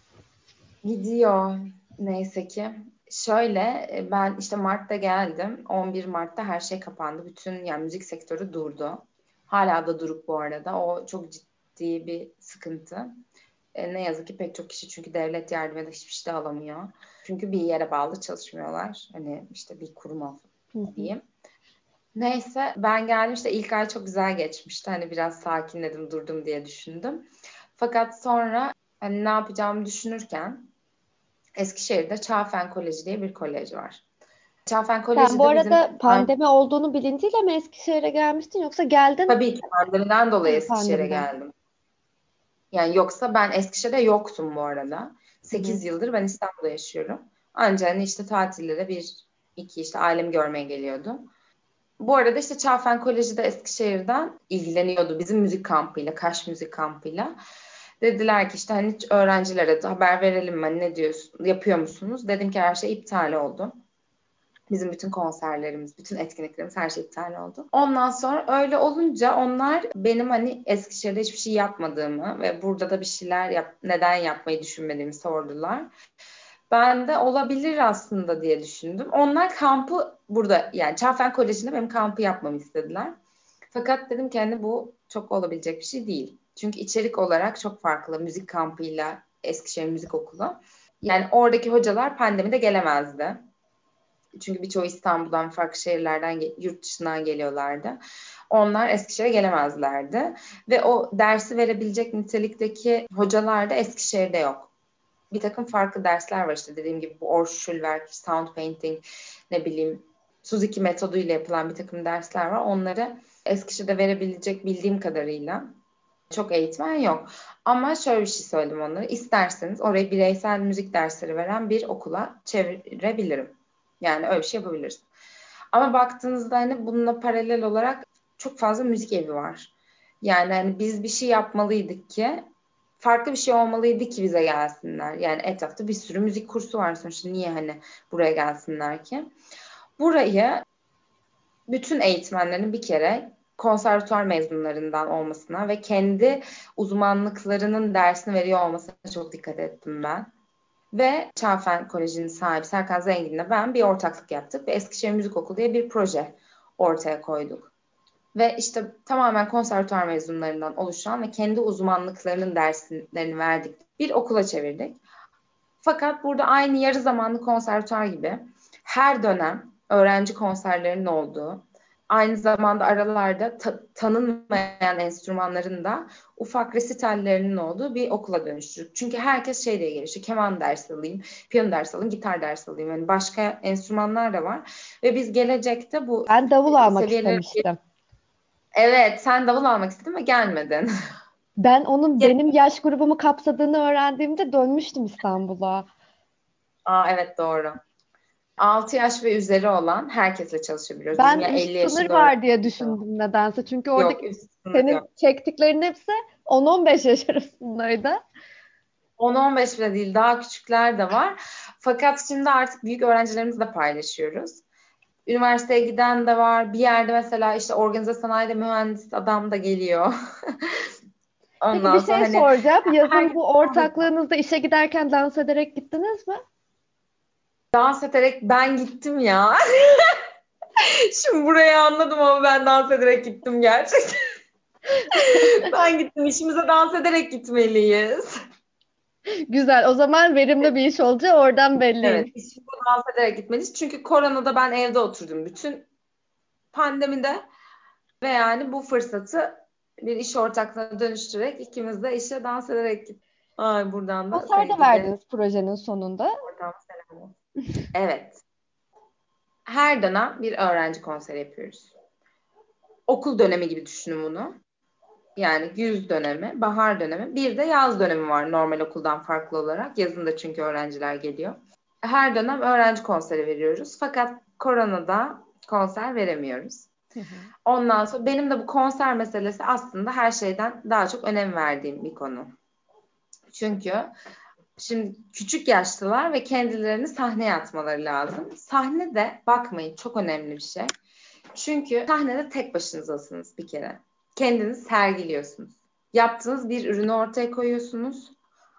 Speaker 1: Gidiyor neyse ki. Şöyle ben işte Mart'ta geldim. 11 Mart'ta her şey kapandı. Bütün yani müzik sektörü durdu. Hala da duruk bu arada. O çok ciddi bir sıkıntı. Ne yazık ki pek çok kişi çünkü devlet yardım ya da hiçbir şey de alamıyor. Çünkü bir yere bağlı çalışmıyorlar. Hani işte bir kuruma diyeyim. Neyse ben geldim işte ilk ay çok güzel geçmişti. Hani biraz sakinledim durdum diye düşündüm. Fakat sonra hani ne yapacağımı düşünürken Eskişehir'de Çağfen Koleji diye bir kolej var. Çağfen
Speaker 2: Sen
Speaker 1: Koleji
Speaker 2: bu
Speaker 1: de bizim
Speaker 2: arada pandemi olduğunu bilinciyle mi Eskişehir'e gelmiştin yoksa geldin?
Speaker 1: tabii ki pandemiden dolayı
Speaker 2: Ha,
Speaker 1: Eskişehir'e
Speaker 2: pandemiden.
Speaker 1: geldim. Yani yoksa ben Eskişehir'de yoktum bu arada.
Speaker 2: Hı hı.
Speaker 1: 8 yıldır ben İstanbul'da yaşıyorum. Ancak hani işte tatillere iki işte ailemi görmeye geliyordum. Bu arada işte Çağfen Koleji de Eskişehir'den ilgileniyordu bizim müzik kampıyla, Kaş Müzik Kampı'yla. Dediler ki işte hani hiç öğrencilere de haber verelim mi? Hani ne diyorsun, yapıyor musunuz? Dedim ki her şey iptal oldu. Bizim bütün konserlerimiz, bütün etkinliklerimiz her şey iptal oldu. Ondan sonra öyle olunca onlar benim hani Eskişehir'de hiçbir şey yapmadığımı ve burada da bir şeyler neden yapmayı düşünmediğimi sordular. Ben de olabilir aslında diye düşündüm. Onlar kampı burada yani Çağfen Koleji'nde benim kampı yapmamı istediler. Fakat dedim ki hani bu çok olabilecek bir şey değil. Çünkü içerik olarak çok farklı müzik kampıyla Eskişehir Müzik Okulu. Yani oradaki hocalar pandemide gelemezdi. Çünkü birçoğu İstanbul'dan, farklı şehirlerden, yurt dışından geliyorlardı. Onlar Eskişehir'e gelemezlerdi. Ve o dersi verebilecek nitelikteki hocalar da Eskişehir'de yok. Bir takım farklı dersler var işte dediğim gibi bu Orff Schulwerk, sound painting, ne bileyim Suzuki metoduyla yapılan bir takım dersler var. Onları Eskişehir'de verebilecek bildiğim kadarıyla çok eğitmen yok. Ama şöyle bir şey söyledim onlara. İsterseniz orayı bireysel müzik dersleri veren bir okula çevirebilirim. Yani öyle bir şey yapabiliriz. Ama baktığınızda hani bununla paralel olarak çok fazla müzik evi var. Yani hani biz bir şey yapmalıydık ki, farklı bir şey olmalıydı ki bize gelsinler. Yani etrafta bir sürü müzik kursu var sonuçta. Niye hani buraya gelsinler ki? Burayı bütün eğitmenlerin bir kere konservatuvar mezunlarından olmasına ve kendi uzmanlıklarının dersini veriyor olmasına çok dikkat ettim ben. Ve Çağfen Koleji'nin sahibi Serkan Zengin'le ben bir ortaklık yaptık ve Eskişehir Müzik Okulu diye bir proje ortaya koyduk. Ve işte tamamen konservatuvar mezunlarından oluşan ve kendi uzmanlıklarının derslerini verdik. Bir okula çevirdik. Fakat burada aynı yarı zamanlı konservatuvar gibi her dönem öğrenci konserlerinin olduğu, aynı zamanda aralarda tanınmayan enstrümanların da ufak resitallerinin olduğu bir okula dönüştürdük. Çünkü herkes şey diye geliyor, işte keman dersi alayım, piyano dersi alayım, gitar dersi alayım. Yani başka enstrümanlar da var. Ve biz gelecekte bu
Speaker 2: Ben davul almak
Speaker 1: seviyeleri...
Speaker 2: istemiştim.
Speaker 1: Evet, sen davul almak istedin ama gelmedin.
Speaker 2: Ben onun benim yaş grubumu kapsadığını öğrendiğimde dönmüştüm İstanbul'a.
Speaker 1: Evet, doğru. 6 yaş ve üzeri olan herkesle çalışabiliyoruz. Bizim
Speaker 2: Ben
Speaker 1: ya 50
Speaker 2: üst sınır
Speaker 1: yaşında
Speaker 2: var diye
Speaker 1: öğrencimiz de var.
Speaker 2: düşündüm nedense. Çünkü
Speaker 1: Yok,
Speaker 2: oradaki
Speaker 1: üst sınır yok.
Speaker 2: senin çektiklerin hepsi 10-15 yaş arasındaydı.
Speaker 1: 10-15 bile değil, daha küçükler de var. Fakat şimdi artık büyük öğrencilerimizle paylaşıyoruz. Üniversiteye giden de var. Bir yerde mesela işte organize sanayide mühendis adam da geliyor.
Speaker 2: Peki bir
Speaker 1: Ondan sonra
Speaker 2: şey
Speaker 1: hani
Speaker 2: soracağım. Yazın
Speaker 1: herkes
Speaker 2: bu ortaklığınızda işe giderken dans ederek gittiniz mi?
Speaker 1: dans ederek ben gittim ya. Şimdi burayı anladım ama ben dans ederek gittim gerçekten. Ben gittim. İşimize dans ederek gitmeliyiz.
Speaker 2: Güzel. O zaman verimli bir iş olacağı oradan
Speaker 1: Evet,
Speaker 2: belliymiş.
Speaker 1: işimize dans ederek gitmeliyiz. Çünkü koronada ben evde oturdum bütün pandemide ve yani bu fırsatı bir iş ortaklığına dönüştürerek ikimiz de işe dans ederek gittik. Ay, buradan da
Speaker 2: Konser de
Speaker 1: sevgili
Speaker 2: verdiniz projenin sonunda.
Speaker 1: ortağıma selam olsun. Evet. Her dönem bir öğrenci konseri yapıyoruz. Okul dönemi gibi düşünün bunu. Yani güz dönemi, bahar dönemi, bir de yaz dönemi var normal okuldan farklı olarak. Yazında çünkü öğrenciler geliyor. Her dönem öğrenci konseri veriyoruz. Fakat koronada konser veremiyoruz.
Speaker 2: Hı hı.
Speaker 1: Ondan sonra benim de bu konser meselesi aslında her şeyden daha çok önem verdiğim bir konu. Çünkü şimdi küçük yaşlılar ve kendilerini sahneye atmaları lazım. Sahne de bakmayın çok önemli bir şey. Çünkü sahnede tek başınızasınız bir kere. Kendinizi sergiliyorsunuz. Yaptığınız bir ürünü ortaya koyuyorsunuz.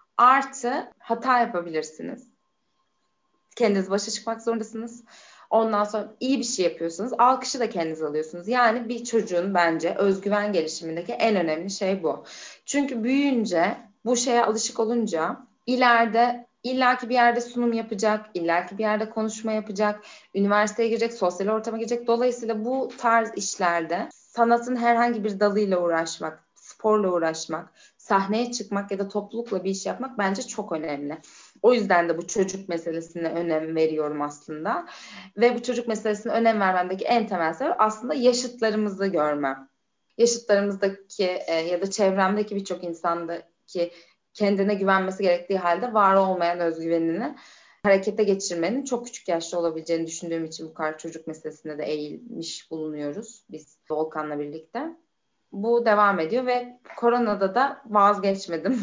Speaker 1: Artı hata yapabilirsiniz. Kendiniz başa çıkmak zorundasınız. Ondan sonra iyi bir şey yapıyorsunuz. Alkışı da kendiniz alıyorsunuz. Yani bir çocuğun bence özgüven gelişimindeki en önemli şey bu. Çünkü büyüyünce bu şeye alışık olunca ileride illaki bir yerde sunum yapacak, illaki bir yerde konuşma yapacak, üniversiteye girecek, sosyal ortama girecek. Dolayısıyla bu tarz işlerde sanatın herhangi bir dalıyla uğraşmak, sporla uğraşmak, sahneye çıkmak ya da toplulukla bir iş yapmak bence çok önemli. O yüzden de bu çocuk meselesine önem veriyorum aslında. Ve bu çocuk meselesine önem vermemdeki en temel sebep aslında yaşıtlarımızı görmem. Yaşıtlarımızdaki ya da çevremdeki birçok insandaki kendine güvenmesi gerektiği halde var olmayan özgüvenini harekete geçirmenin çok küçük yaşta olabileceğini düşündüğüm için bu kadar çocuk meselesine de eğilmiş bulunuyoruz biz Volkan'la birlikte. Bu devam ediyor ve koronada da vazgeçmedim.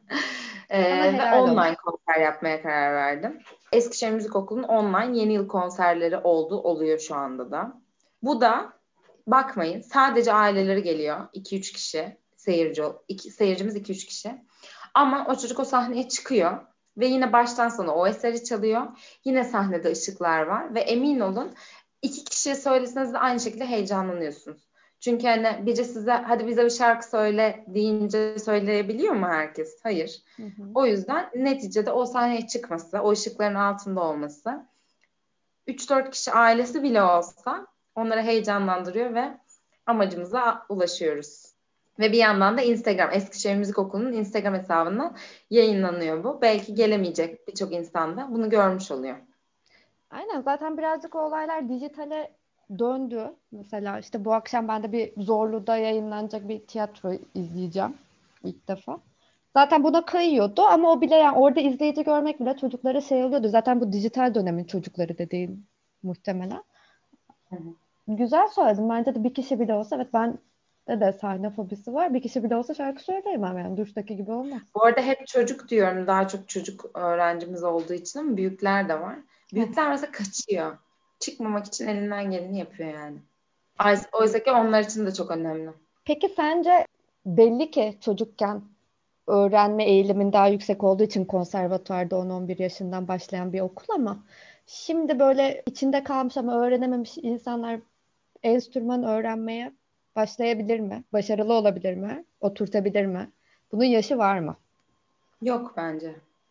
Speaker 2: Sana
Speaker 1: Ve
Speaker 2: helal
Speaker 1: online
Speaker 2: olsun.
Speaker 1: konser yapmaya karar verdim. Eskişehir Müzik Okulu'nun online yeni yıl konserleri oluyor şu anda da. Bu da bakmayın sadece aileleri geliyor. 2-3 kişi seyircimiz 2-3 kişi. Ama o çocuk o sahneye çıkıyor ve yine baştan sona o eseri çalıyor. Yine sahnede ışıklar var ve emin olun 2 kişiye söyleseniz de aynı şekilde heyecanlanıyorsunuz. Çünkü hani biri size hadi bize bir şarkı söyle deyince söyleyebiliyor mu herkes? Hayır.
Speaker 2: Hı hı.
Speaker 1: O yüzden neticede o sahneye çıkması, o ışıkların altında olması 3-4 kişi ailesi bile olsa onları heyecanlandırıyor ve amacımıza ulaşıyoruz. Ve bir yandan da Instagram, Eskişehir Müzik Okulu'nun Instagram hesabından yayınlanıyor bu. Belki gelemeyecek birçok insan da bunu görmüş oluyor.
Speaker 2: Aynen, zaten birazcık o olaylar dijitale döndü. Mesela işte bu akşam ben de bir Zorlu'da yayınlanacak bir tiyatro izleyeceğim ilk defa. Zaten buna kayıyordu ama o bile, yani orada izleyici görmek bile çocuklara şey oluyordu. Zaten bu dijital dönemin çocukları da değil muhtemelen.
Speaker 1: Hı hı.
Speaker 2: Güzel söyledim. Bence de bir kişi bile olsa, evet, ben de sahne fobisi var. Bir kişi bile olsa şarkı söyleyemem, yani duştaki gibi olmaz.
Speaker 1: Bu arada hep çocuk diyorum, daha çok çocuk öğrencimiz olduğu için, ama büyükler de var. Büyükler mesela kaçıyor. Çıkmamak için elinden geleni yapıyor yani. Oysa ki onlar için de çok önemli.
Speaker 2: Peki sence, belli ki çocukken öğrenme eğilimin daha yüksek olduğu için konservatuvarda 10-11 yaşından başlayan bir okul, ama şimdi böyle içinde kalmış ama öğrenememiş insanlar enstrüman öğrenmeye başlayabilir mi? Başarılı olabilir mi? Oturtabilir mi? Bunun yaşı var mı?
Speaker 1: Yok bence.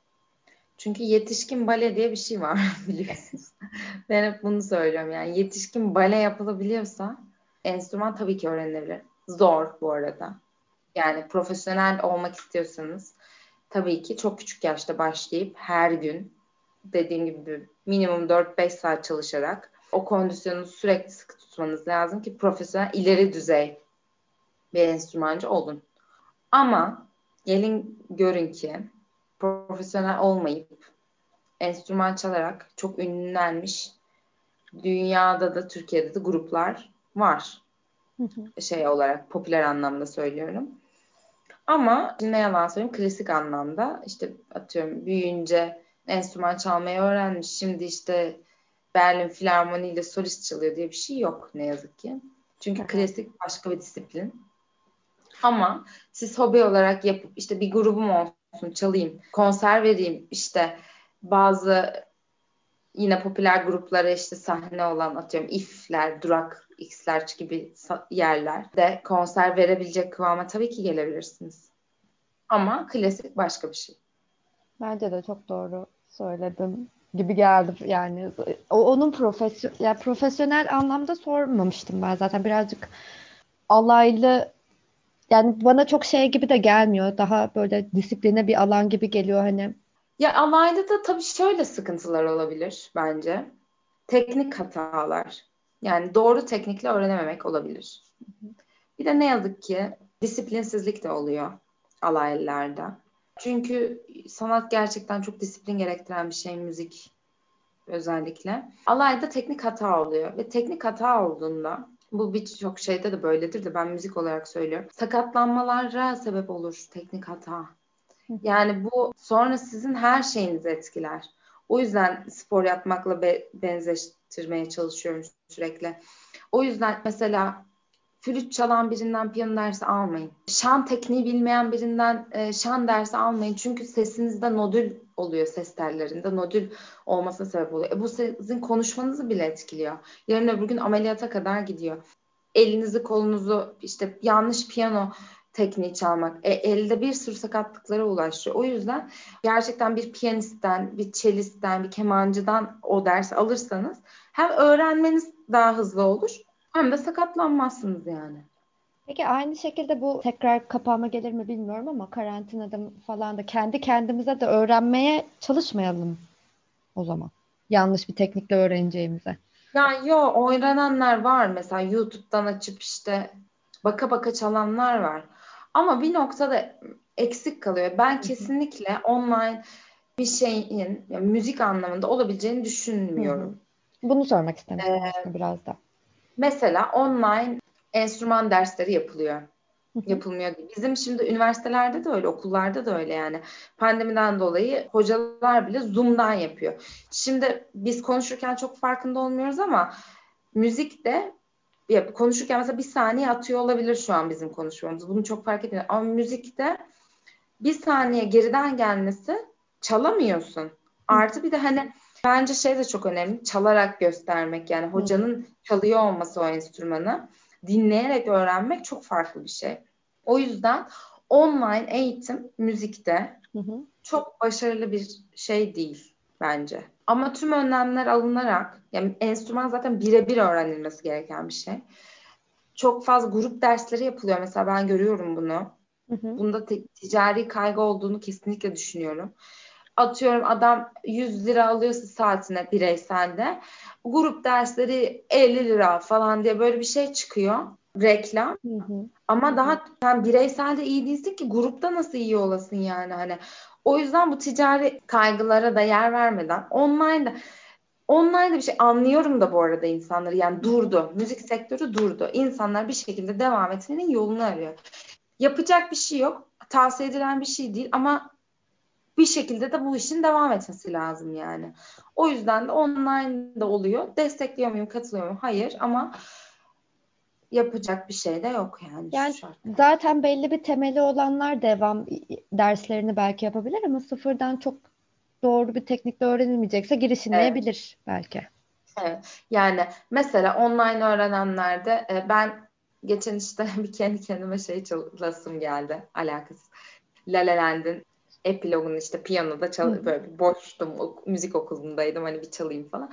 Speaker 1: Çünkü yetişkin bale diye bir şey var biliyorsunuz. Ben hep bunu söylüyorum, yani yetişkin bale yapılabiliyorsa enstrüman tabii ki öğrenilebilir. Zor bu arada. Yani profesyonel olmak istiyorsanız tabii ki çok küçük yaşta başlayıp her gün, dediğim gibi, minimum 4-5 saat çalışarak o kondisyonu sürekli sıkı tutmanız lazım ki profesyonel, ileri düzey bir enstrümancı olun. Ama gelin görün ki profesyonel olmayıp enstrüman çalarak çok ünlenmiş, dünyada da Türkiye'de de gruplar var.
Speaker 2: Hı hı.
Speaker 1: Şey olarak, popüler anlamda söylüyorum. Ama ne yalan söyleyeyim, klasik anlamda işte atıyorum büyüyünce enstrüman çalmayı öğrenmiş, şimdi işte Berlin Filarmoni ile solist çalıyor diye bir şey yok ne yazık ki. Çünkü
Speaker 2: Evet.
Speaker 1: klasik başka bir disiplin. Ama siz hobi olarak yapıp işte bir grubum olsun, çalayım, konser vereyim, işte bazı yine popüler gruplara işte sahne olan, atıyorum İF'ler, Durak X'ler gibi yerlerde konser verebilecek kıvama tabii ki gelebilirsiniz. Ama klasik başka bir şey.
Speaker 2: Bence de çok doğru söyledim gibi geldi yani. Onun profesyonel anlamda sormamıştım ben zaten, birazcık alaylı, yani bana çok şey gibi de gelmiyor. Daha böyle disipline bir alan gibi geliyor hani.
Speaker 1: Ya alayda da tabii şöyle sıkıntılar olabilir bence. Teknik hatalar. Yani doğru teknikle öğrenememek olabilir. Bir de ne yazık ki disiplinsizlik de oluyor alaylılarda. Çünkü sanat gerçekten çok disiplin gerektiren bir şey, müzik özellikle. Alayda teknik hata oluyor ve teknik hata olduğunda, bu birçok şeyde de böyledir de ben müzik olarak söylüyorum, sakatlanmalara sebep olur teknik hata. Yani bu sonra sizin her şeyinizi etkiler. O yüzden spor yapmakla benzeştirmeye çalışıyorum sürekli. O yüzden mesela flüt çalan birinden piyano dersi almayın. Şan tekniği bilmeyen birinden şan dersi almayın. Çünkü sesinizde nodül oluyor, ses tellerinde nodül olmasına sebep oluyor. Bu sizin konuşmanızı bile etkiliyor. Yarın öbür gün ameliyata kadar gidiyor. Elinizi kolunuzu, işte yanlış piyano tekniği çalmak elde bir sürü sakatlıklara ulaşıyor. O yüzden gerçekten bir piyanistten, bir çelistten, bir kemancıdan o dersi alırsanız hem öğrenmeniz daha hızlı olur hem de sakatlanmazsınız yani.
Speaker 2: Peki aynı şekilde bu tekrar kapağıma gelir mi bilmiyorum ama karantinada falan da kendi kendimize de öğrenmeye çalışmayalım o zaman. Yanlış bir teknikle öğreneceğimize.
Speaker 1: Ya yo, öğrenenler var mesela, YouTube'dan açıp işte baka baka çalanlar var. Ama bir noktada eksik kalıyor. Ben
Speaker 2: Hı hı.
Speaker 1: kesinlikle online bir şeyin, yani müzik anlamında olabileceğini
Speaker 2: Hı hı.
Speaker 1: düşünmüyorum.
Speaker 2: Bunu sormak istemiştim
Speaker 1: Ee,
Speaker 2: aslında biraz da.
Speaker 1: Mesela online enstrüman dersleri yapılıyor.
Speaker 2: Hı hı.
Speaker 1: Yapılmıyor değil. Bizim şimdi üniversitelerde de öyle, okullarda da öyle yani. Pandemiden dolayı hocalar bile Zoom'dan yapıyor. Şimdi biz konuşurken çok farkında olmuyoruz ama müzik de konuşurken mesela bir saniye atıyor olabilir şu an bizim konuşmamız. Bunu çok fark etmiyor. Ama müzikte bir saniye geriden gelmesi, çalamıyorsun.
Speaker 2: Hı
Speaker 1: Artı bir de hani bence şey de çok önemli. Çalarak göstermek, yani
Speaker 2: hı.
Speaker 1: hocanın çalıyor olması o enstrümanı dinleyerek öğrenmek çok farklı bir şey. O yüzden online eğitim müzikte
Speaker 2: Hı hı.
Speaker 1: çok başarılı bir şey değil bence. Ama tüm önlemler alınarak, yani enstrüman zaten birebir öğrenilmesi gereken bir şey. Çok fazla grup dersleri yapılıyor. Mesela ben görüyorum bunu.
Speaker 2: Hı hı.
Speaker 1: Bunda ticari kaygı olduğunu kesinlikle düşünüyorum. atıyorum adam 100 lira alıyorsa saatine bireyselde, grup dersleri 50 lira falan diye böyle bir şey çıkıyor. Reklam.
Speaker 2: Hı hı.
Speaker 1: Ama daha sen bireyselde iyi değilsin ki grupta nasıl iyi olasın yani hani. O yüzden bu ticari kaygılara da yer vermeden online'da bir şey anlıyorum da bu arada insanları, yani durdu. Müzik sektörü durdu. İnsanlar bir şekilde devam etmenin yolunu arıyor. Yapacak bir şey yok. Tavsiye edilen bir şey değil ama bir şekilde de bu işin devam etmesi lazım yani. O yüzden de online'da oluyor. Destekliyor muyum, katılıyor muyum? Hayır ama yapacak bir şey de yok yani şu
Speaker 2: Yani
Speaker 1: şartlarda.
Speaker 2: zaten belli bir temeli olanlar devam derslerini belki yapabilir ama sıfırdan çok doğru bir teknikle öğrenilmeyecekse
Speaker 1: Evet.
Speaker 2: girişilmeyebilir belki.
Speaker 1: Evet. Yani mesela online öğrenenlerde ben geçen işte bir kendi kendime şey çalasım geldi, alakasız. La La Land'in epilogunu işte piyanoda
Speaker 2: Hı hı.
Speaker 1: böyle bir boştum, müzik okulundaydım hani bir çalayım falan.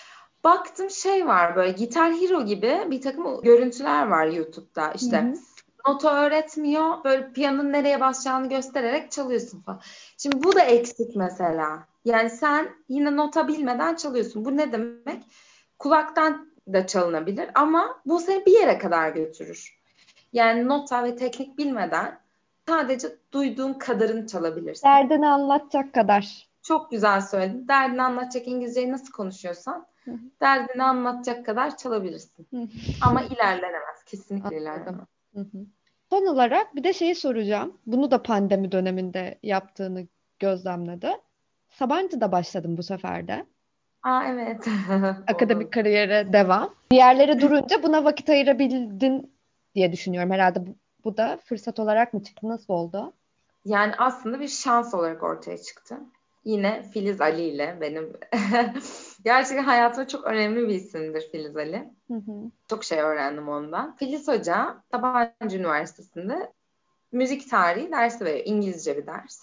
Speaker 1: Baktım şey var, böyle Guitar Hero gibi bir takım görüntüler var YouTube'da,
Speaker 2: Hı
Speaker 1: işte
Speaker 2: hı.
Speaker 1: nota öğretmiyor, böyle piyanonun nereye basacağını göstererek çalıyorsun falan. Şimdi bu da eksik mesela. Yani sen yine nota bilmeden çalıyorsun. Bu ne demek? Kulaktan da çalınabilir ama bu seni bir yere kadar götürür. Yani nota ve teknik bilmeden sadece duyduğun kadarını çalabilirsin.
Speaker 2: Derdini anlatacak kadar.
Speaker 1: Çok güzel söyledin. Derdini anlatacak İngilizceyi nasıl konuşuyorsan
Speaker 2: Hı hı.
Speaker 1: derdini anlatacak kadar çalabilirsin.
Speaker 2: Hı.
Speaker 1: Ama ilerlenemez. Kesinlikle
Speaker 2: Anladım.
Speaker 1: ilerlenemez.
Speaker 2: Hı hı. Son olarak bir de şeyi soracağım. Bunu da pandemi döneminde yaptığını gözlemledi. Sabancı'da başladım bu sefer de.
Speaker 1: Aa evet.
Speaker 2: Akademik
Speaker 1: Onu.
Speaker 2: kariyere devam. Diğerleri durunca buna vakit ayırabildin diye düşünüyorum. Herhalde bu da fırsat olarak mı çıktı? Nasıl oldu?
Speaker 1: Yani aslında bir şans olarak ortaya çıktı. Yine Filiz Ali ile benim gerçekten hayatıma çok önemli bir isimdir Filiz Ali.
Speaker 2: Hı hı.
Speaker 1: Çok şey öğrendim ondan. Filiz Hoca Sabancı Üniversitesi'nde müzik tarihi dersi veriyor. İngilizce bir ders.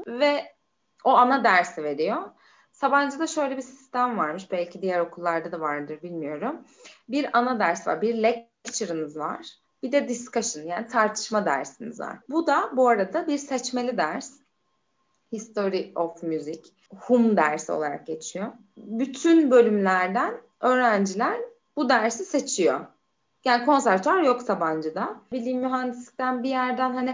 Speaker 1: Ve o ana dersi veriyor. Sabancı'da şöyle bir sistem varmış. Belki diğer okullarda da vardır, bilmiyorum. Bir ana ders var. Bir lecture'ınız var. Bir de discussion, yani tartışma dersiniz var. Bu da bu arada bir seçmeli ders. History of Music. HUM dersi olarak geçiyor. Bütün bölümlerden öğrenciler bu dersi seçiyor. Yani konservatuvar yok Sabancı'da. Bildiğim mühendislikten bir yerden hani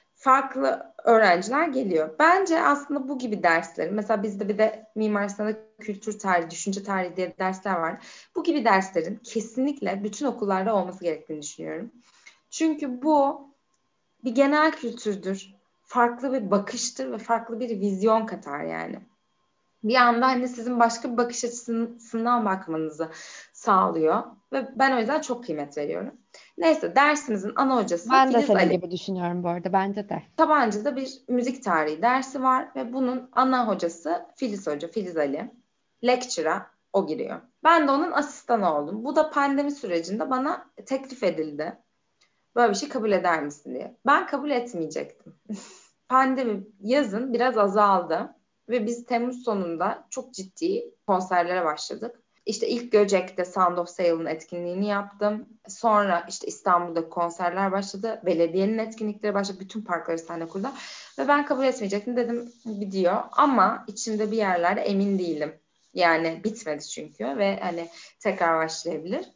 Speaker 1: farklı öğrenciler geliyor. Bence aslında bu gibi derslerin, mesela bizde bir de Mimar Sinan'da kültür tarihi, düşünce tarihi diye dersler var. Bu gibi derslerin kesinlikle bütün okullarda olması gerektiğini düşünüyorum. Çünkü bu bir genel kültürdür. Farklı bir bakıştır ve farklı bir vizyon katar yani. Bir anda hani sizin başka bir bakış açısından bakmanızı sağlıyor. Ve ben o yüzden çok kıymet veriyorum. Neyse, dersimizin ana hocası
Speaker 2: Ben de
Speaker 1: Filiz
Speaker 2: senin
Speaker 1: Ali.
Speaker 2: gibi düşünüyorum bu arada. Bence de.
Speaker 1: Sabancı'da bir müzik tarihi dersi var ve bunun ana hocası Filiz Hoca, Filiz Ali. Lecture'a o giriyor. Ben de onun asistanı oldum. Bu da pandemi sürecinde bana teklif edildi. Böyle bir şey kabul eder misin diye. Ben kabul etmeyecektim. Pandemi yazın biraz azaldı ve biz Temmuz sonunda çok ciddi konserlere başladık. İşte ilk Göcek'te Sound of Sail'ın etkinliğini yaptım. Sonra işte İstanbul'da konserler başladı. Belediyenin etkinlikleri başladı. Bütün parkları sahne kurdu. Ve ben kabul etmeyecektim. Dedim gidiyor. Ama içimde bir yerlerde emin değilim. Yani bitmedi çünkü ve hani tekrar başlayabilir.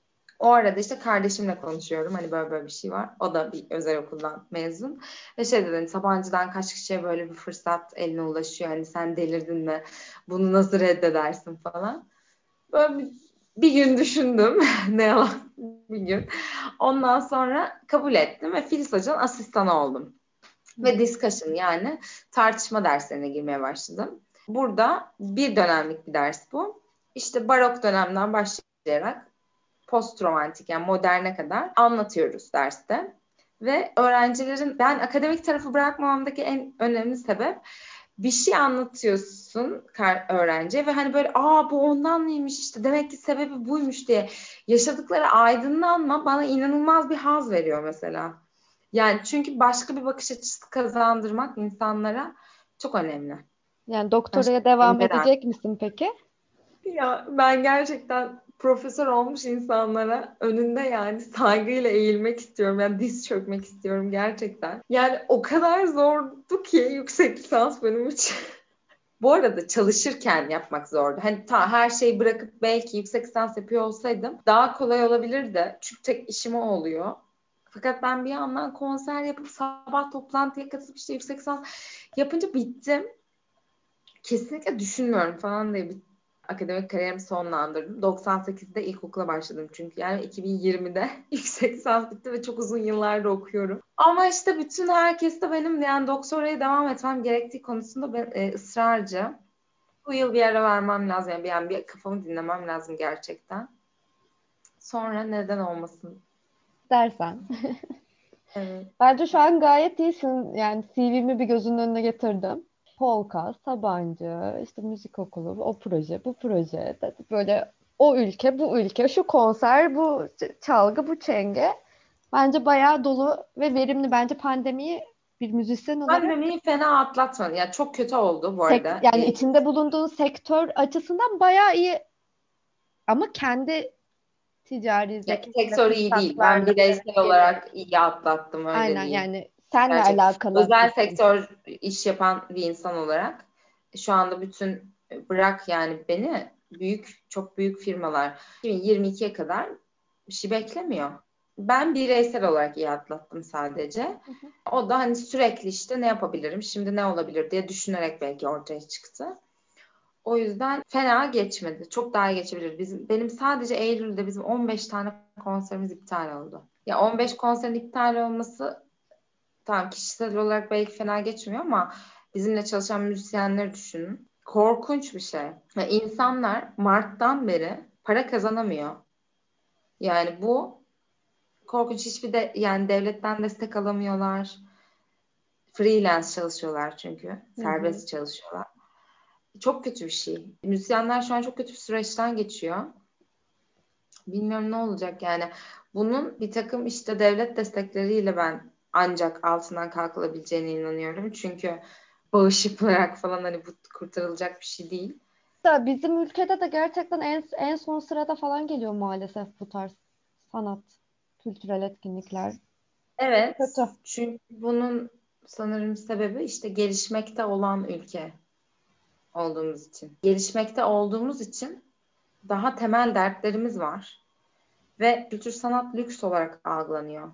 Speaker 1: O arada işte kardeşimle konuşuyorum. Hani böyle bir şey var. O da bir özel okuldan mezun. Ve şey dedi, hani Sabancı'dan kaç kişiye böyle bir fırsat eline ulaşıyor. Hani sen delirdin mi? Bunu nasıl reddedersin falan. Böyle bir gün düşündüm. Ne yalan, bir gün. Ondan sonra kabul ettim ve Filiz Hoca'nın asistanı oldum. Ve discussion, yani tartışma derslerine girmeye başladım. Burada bir dönemlik bir ders bu. İşte barok dönemden başlayarak post romantik, yani moderne kadar anlatıyoruz derste. Ve öğrencilerin, ben akademik tarafı bırakmamamdaki en önemli sebep, bir şey anlatıyorsun öğrenciye ve hani böyle bu ondan mıymış, işte demek ki sebebi buymuş diye yaşadıkları aydınlanma bana inanılmaz bir haz veriyor mesela. Yani çünkü başka bir bakış açısı kazandırmak insanlara çok önemli.
Speaker 2: Yani
Speaker 1: Ben
Speaker 2: doktoraya
Speaker 1: şey
Speaker 2: devam
Speaker 1: merak
Speaker 2: edecek misin peki?
Speaker 1: Ya ben gerçekten profesör olmuş insanlara önünde yani saygıyla eğilmek istiyorum. Yani diz çökmek istiyorum gerçekten. Yani o kadar zordu ki yüksek lisans benim için. Bu arada çalışırken yapmak zordu. Hani her şeyi bırakıp belki yüksek lisans yapıyor olsaydım daha kolay olabilirdi. Çünkü tek işim o oluyor. Fakat ben bir yandan konser yapıp sabah toplantıya katılıp işte yüksek lisans yapınca bittim. Kesinlikle düşünmüyorum falan diye bir akademik kariyerimi sonlandırdım. 98'de ilkokula başladım çünkü. Yani 2020'de yüksek lisans bitti ve çok uzun yıllardır okuyorum. Ama işte bütün herkes de benim yani doktoraya devam etmem gerektiği konusunda ısrarcı. Bu yıl bir ara vermem lazım. Yani bir kafamı dinlemem lazım gerçekten. Sonra neden olmasın?
Speaker 2: Dersen.
Speaker 1: Evet.
Speaker 2: Bence şu an gayet iyisin. Yani CV'mi bir gözünün önüne getirdim. Polka, Sabancı, işte müzik okulu, o proje, bu proje. Böyle o ülke, bu ülke, şu konser, bu çalgı, bu çenge. Bence bayağı dolu ve verimli. Bence pandemiyi bir müzisyen olarak
Speaker 1: Pandemiyi fena atlatmadı. Yani çok kötü oldu bu arada.
Speaker 2: yani içinde bulunduğun sektör açısından bayağı iyi ama kendi ticari
Speaker 1: Yani
Speaker 2: zekanla,
Speaker 1: sektör iyi değil. Ben
Speaker 2: fırsatlarla
Speaker 1: bireysel
Speaker 2: gelir.
Speaker 1: olarak iyi atlattım öyle
Speaker 2: Aynen
Speaker 1: diyeyim.
Speaker 2: yani senle
Speaker 1: Gerçek.
Speaker 2: alakalı bir
Speaker 1: Özel
Speaker 2: durum.
Speaker 1: sektör iş yapan bir insan olarak şu anda bütün bırak yani beni çok büyük firmalar 2022'ye kadar bir şey beklemiyor. Ben bireysel olarak iyi atlattım sadece.
Speaker 2: Hı hı.
Speaker 1: O da hani sürekli işte ne yapabilirim, şimdi ne olabilir diye düşünerek belki ortaya çıktı. O yüzden fena geçmedi. Çok daha iyi geçebilir. Benim sadece Eylül'de bizim 15 tane konserimiz iptal oldu. Ya 15 konserin iptal olması tamam kişisel olarak belki fena geçmiyor ama bizimle çalışan müzisyenleri düşünün. Korkunç bir şey. Yani insanlar Mart'tan beri para kazanamıyor. Yani bu korkunç yani devletten destek alamıyorlar. Freelance çalışıyorlar çünkü.
Speaker 2: Hı hı.
Speaker 1: Serbest çalışıyorlar. Çok kötü bir şey. Müzisyenler şu an çok kötü bir süreçten geçiyor. Bilmiyorum ne olacak yani. Bunun bir takım işte devlet destekleriyle ben ancak altından kalkılabileceğine inanıyorum. Çünkü bağış yapılarak falan hani bu kurtarılacak bir şey değil.
Speaker 2: Da bizim ülkede de gerçekten en son sırada falan geliyor maalesef bu tarz sanat, kültürel etkinlikler.
Speaker 1: Evet.
Speaker 2: Kötü.
Speaker 1: Çünkü bunun sanırım sebebi işte gelişmekte olan ülke olduğumuz için. Gelişmekte olduğumuz için daha temel dertlerimiz var. Ve kültür sanat lüks olarak algılanıyor.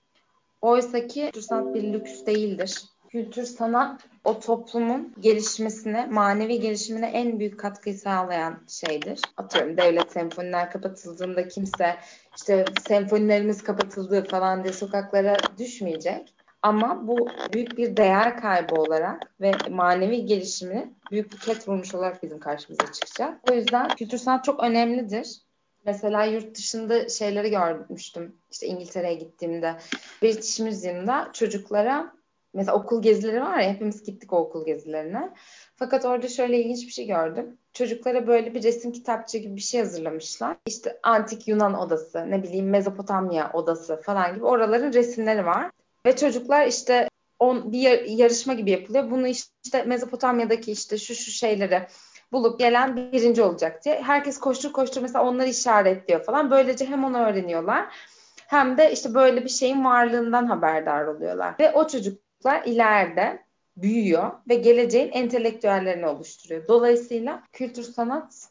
Speaker 1: Oysa ki kültür sanat bir lüks değildir. Kültür sanat o toplumun gelişmesine, manevi gelişimine en büyük katkıyı sağlayan şeydir. Atıyorum devlet senfoniler kapatıldığında kimse işte senfonilerimiz kapatıldı falan diye sokaklara düşmeyecek. Ama bu büyük bir değer kaybı olarak ve manevi gelişimini büyük bir ket vurmuş olarak bizim karşımıza çıkacak. O yüzden kültür sanat çok önemlidir. Mesela yurt dışında şeyleri görmüştüm. İşte İngiltere'ye gittiğimde British Museum'da çocuklara mesela okul gezileri var ya hepimiz gittik o okul gezilerine. Fakat orada şöyle ilginç bir şey gördüm. Çocuklara böyle bir resim kitapçığı gibi bir şey hazırlamışlar. İşte antik Yunan odası, ne bileyim Mezopotamya odası falan gibi oraların resimleri var. Ve çocuklar işte bir yarışma gibi yapılıyor. Bunu işte Mezopotamya'daki işte şu şeyleri bulup gelen birinci olacak diye. Herkes koştur koştur mesela onları işaretliyor falan. Böylece hem onu öğreniyorlar hem de işte böyle bir şeyin varlığından haberdar oluyorlar. Ve o çocuklar ileride büyüyor ve geleceğin entelektüellerini oluşturuyor. Dolayısıyla kültür sanat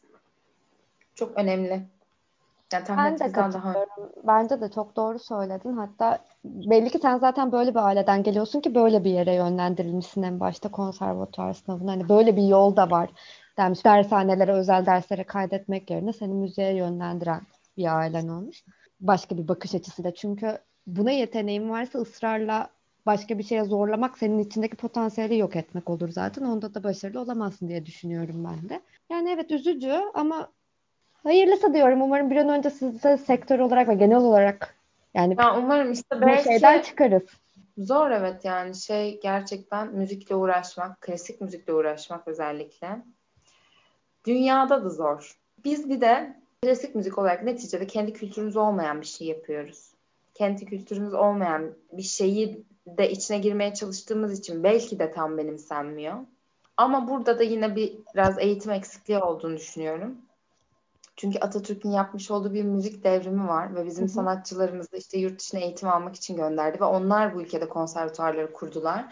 Speaker 1: çok önemli. Yani tahmin
Speaker 2: Ben de
Speaker 1: ettiğinizden daha önemli.
Speaker 2: katılıyorum. Bence de çok doğru söyledin. Hatta belli ki sen zaten böyle bir aileden geliyorsun ki böyle bir yere yönlendirilmişsin en başta konservatuar sınavına. Hani böyle bir yol da var demiş. Dershanelere, özel derslere kaydetmek yerine seni müziğe yönlendiren bir ailen olmuş. Başka bir bakış açısıyla. Çünkü buna yeteneğin varsa ısrarla başka bir şeye zorlamak senin içindeki potansiyeli yok etmek olur zaten. Onda da başarılı olamazsın diye düşünüyorum ben de. Yani evet üzücü ama hayırlısı diyorum. Umarım bir an önce siz de sektör olarak ve genel olarak yani
Speaker 1: Ya umarım işte
Speaker 2: bu şeyden
Speaker 1: belki
Speaker 2: çıkarız.
Speaker 1: zor evet yani gerçekten müzikle uğraşmak, klasik müzikle uğraşmak özellikle. Dünyada da zor. Biz bir de klasik müzik olarak neticede kendi kültürümüz olmayan bir şey yapıyoruz. Kendi kültürümüz olmayan bir şeyi de içine girmeye çalıştığımız için belki de tam benimsenmiyor. Ama burada da yine biraz eğitim eksikliği olduğunu düşünüyorum. Çünkü Atatürk'ün yapmış olduğu bir müzik devrimi var ve
Speaker 2: Hı
Speaker 1: bizim
Speaker 2: hı.
Speaker 1: sanatçılarımızı işte yurt dışına eğitim almak için gönderdi ve onlar bu ülkede konservatuarları kurdular.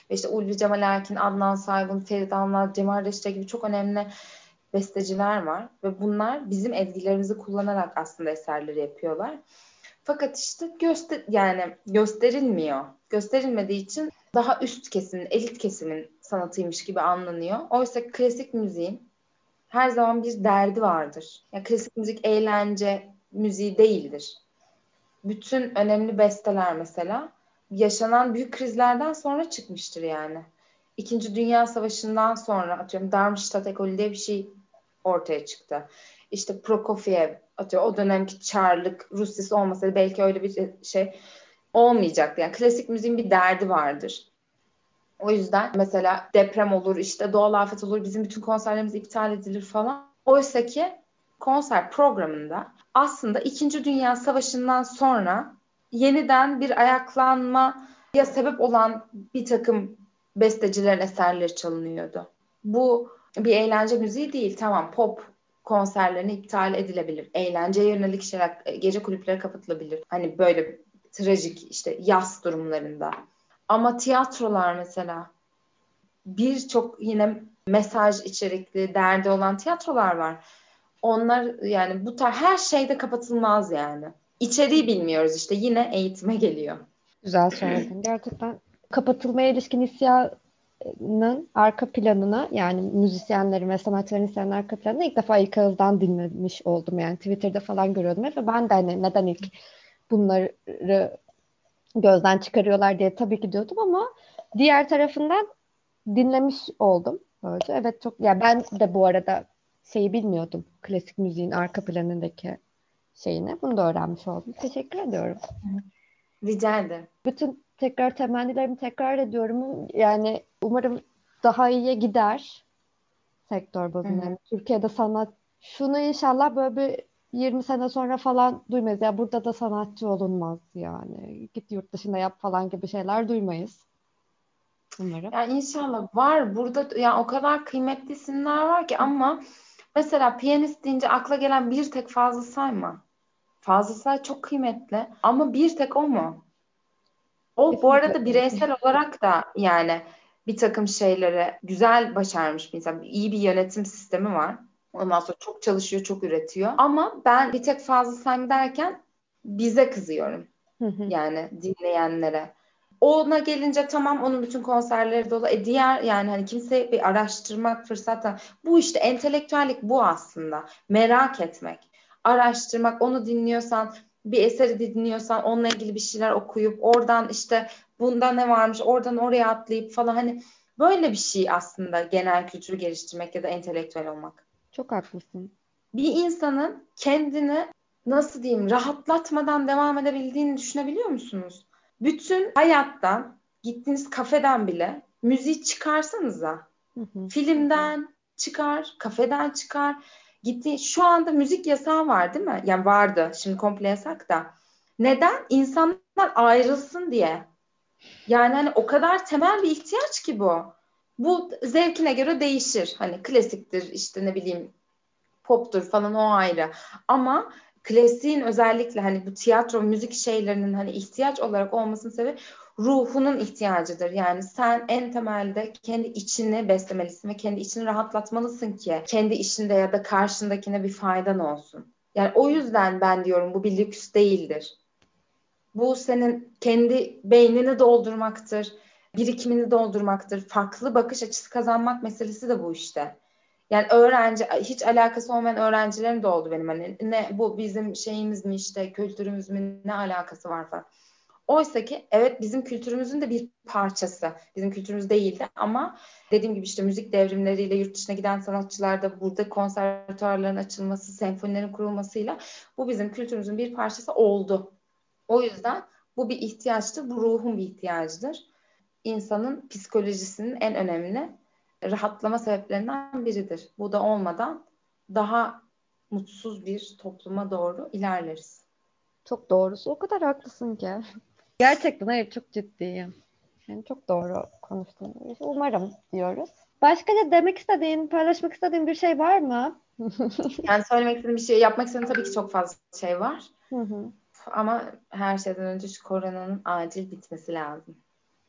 Speaker 1: Ve işte Ulvi Cemal Erkin, Adnan Saygun, Ferit Anlar, Cemal Reşit gibi çok önemli besteciler var. Ve bunlar bizim ezgilerimizi kullanarak aslında eserleri yapıyorlar. Fakat işte yani gösterilmiyor. Gösterilmediği için daha üst kesimin, elit kesimin sanatıymış gibi anlanıyor. Oysa klasik müziğin her zaman bir derdi vardır. Yani klasik müzik eğlence müziği değildir. Bütün önemli besteler mesela yaşanan büyük krizlerden sonra çıkmıştır yani. İkinci Dünya Savaşı'ndan sonra atıyorum Darmstadt ekolü diye bir şey ortaya çıktı. İşte Prokofiev atıyorum o dönemki Çarlık Rusyası olmasaydı belki öyle bir şey olmayacaktı. Yani klasik müziğin bir derdi vardır. O yüzden mesela deprem olur, işte doğal afet olur, bizim bütün konserlerimiz iptal edilir falan. Oysa ki konser programında aslında İkinci Dünya Savaşı'ndan sonra yeniden bir ayaklanmaya sebep olan bir takım bestecilerin eserleri çalınıyordu. Bu bir eğlence müziği değil. Tamam, pop konserlerini iptal edilebilir. Eğlenceye yönelik şeyler, gece kulüpleri kapatılabilir. Hani böyle trajik işte yas durumlarında. Ama tiyatrolar mesela birçok yine mesaj içerikli, derdi olan tiyatrolar var. Onlar yani bu tarz her şeyde kapatılmaz yani. İçeriği bilmiyoruz işte yine eğitime geliyor.
Speaker 2: Güzel söyledin. Gerçekten kapatılmaya ilişkin isyanın arka planını, yani müzisyenlerin ve sanatçıların isyanının arka planını ilk defa İlk Ağız'dan dinlemiş oldum. Yani Twitter'da falan görüyordum hep ve ben de hani neden ilk bunları gözden çıkarıyorlar diye tabii ki diyordum ama diğer tarafından dinlemiş oldum. Böylece. Evet, çok ya, ben de bu arada şeyi bilmiyordum. Klasik müziğin arka planındaki şeyini. Bunu da öğrenmiş oldum. Teşekkür ediyorum.
Speaker 1: Rica ederim.
Speaker 2: Bütün tekrar temennilerimi tekrar ediyorum. Yani umarım daha iyiye gider sektör
Speaker 1: Hı
Speaker 2: bazında.
Speaker 1: hı.
Speaker 2: Yani Türkiye'de sanat, şunu inşallah böyle bir 20 sene sonra falan duymayız. Ya burada da sanatçı olunmaz yani. Git yurt dışında yap falan gibi şeyler duymayız. Umarım.
Speaker 1: Yani inşallah var burada yani o kadar kıymetli isimler var ki ama mesela piyanist deyince akla gelen bir tek Fazıl Say mı? Fazıl Say çok kıymetli ama bir tek o mu? O bu
Speaker 2: Kesinlikle
Speaker 1: arada
Speaker 2: değil.
Speaker 1: bireysel olarak da yani bir takım şeyleri güzel başarmış bir insan. İyi bir yönetim sistemi var. Ondan sonra çok çalışıyor, çok üretiyor. Ama ben bir tek Fazıl Say derken bize kızıyorum.
Speaker 2: Hı hı.
Speaker 1: Yani dinleyenlere. Ona gelince tamam onun bütün konserleri dolu. Diğer yani hani kimse bir araştırmak fırsatı. Bu işte entelektüellik bu aslında. Merak etmek. Araştırmak, onu dinliyorsan, bir eseri dinliyorsan onunla ilgili bir şeyler okuyup oradan işte bunda ne varmış oradan oraya atlayıp falan hani böyle bir şey aslında genel kültürü geliştirmek ya da entelektüel olmak.
Speaker 2: Çok haklısın.
Speaker 1: Bir insanın kendini nasıl diyeyim rahatlatmadan devam edebildiğini düşünebiliyor musunuz? Bütün hayattan, gittiğiniz kafeden bile müziği çıkarsanıza.
Speaker 2: Hı hı.
Speaker 1: Filmden çıkar, kafeden çıkar. Şu anda müzik yasağı var değil mi? Yani vardı. Şimdi komple yasak da. Neden? İnsanlar ayrılsın diye. Yani hani o kadar temel bir ihtiyaç ki bu. Bu zevkine göre değişir. Hani klasiktir, işte ne bileyim poptur falan o ayrı. Ama klasiğin özellikle hani bu tiyatro, müzik şeylerinin hani ihtiyaç olarak olmasının sebebi ruhunun ihtiyacıdır. Yani sen en temelde kendi içini beslemelisin ve kendi içini rahatlatmalısın ki kendi işinde ya da karşındakine bir faydan olsun. Yani o yüzden ben diyorum bu bir lüks değildir. Bu senin kendi beynini doldurmaktır, birikimini doldurmaktır. Farklı bakış açısı kazanmak meselesi de bu işte. Yani öğrenci hiç alakası olmayan öğrencilerim de oldu benim hani ne bu bizim şeyimiz mi işte kültürümüz mü ne alakası var falan. Oysa ki evet bizim kültürümüzün de bir parçası. Bizim kültürümüz değildi ama dediğim gibi işte müzik devrimleriyle yurt dışına giden sanatçılar da burada konservatuarların açılması, senfonilerin kurulmasıyla bu bizim kültürümüzün bir parçası oldu. O yüzden bu bir ihtiyaçtır, bu ruhun bir ihtiyacıdır. İnsanın psikolojisinin en önemli rahatlama sebeplerinden biridir. Bu da olmadan daha mutsuz bir topluma doğru ilerleriz.
Speaker 2: Çok doğrusu. O kadar haklısın ki. Gerçekten hayır, çok ciddiyim. Yani çok doğru konuştun. Umarım diyoruz. Başka da demek istediğin, paylaşmak istediğin bir şey var mı?
Speaker 1: Yani söylemek istediğim bir şey, yapmak istediğim tabii ki çok fazla şey var.
Speaker 2: Hı hı.
Speaker 1: Ama her şeyden önce şu koronanın acil bitmesi lazım.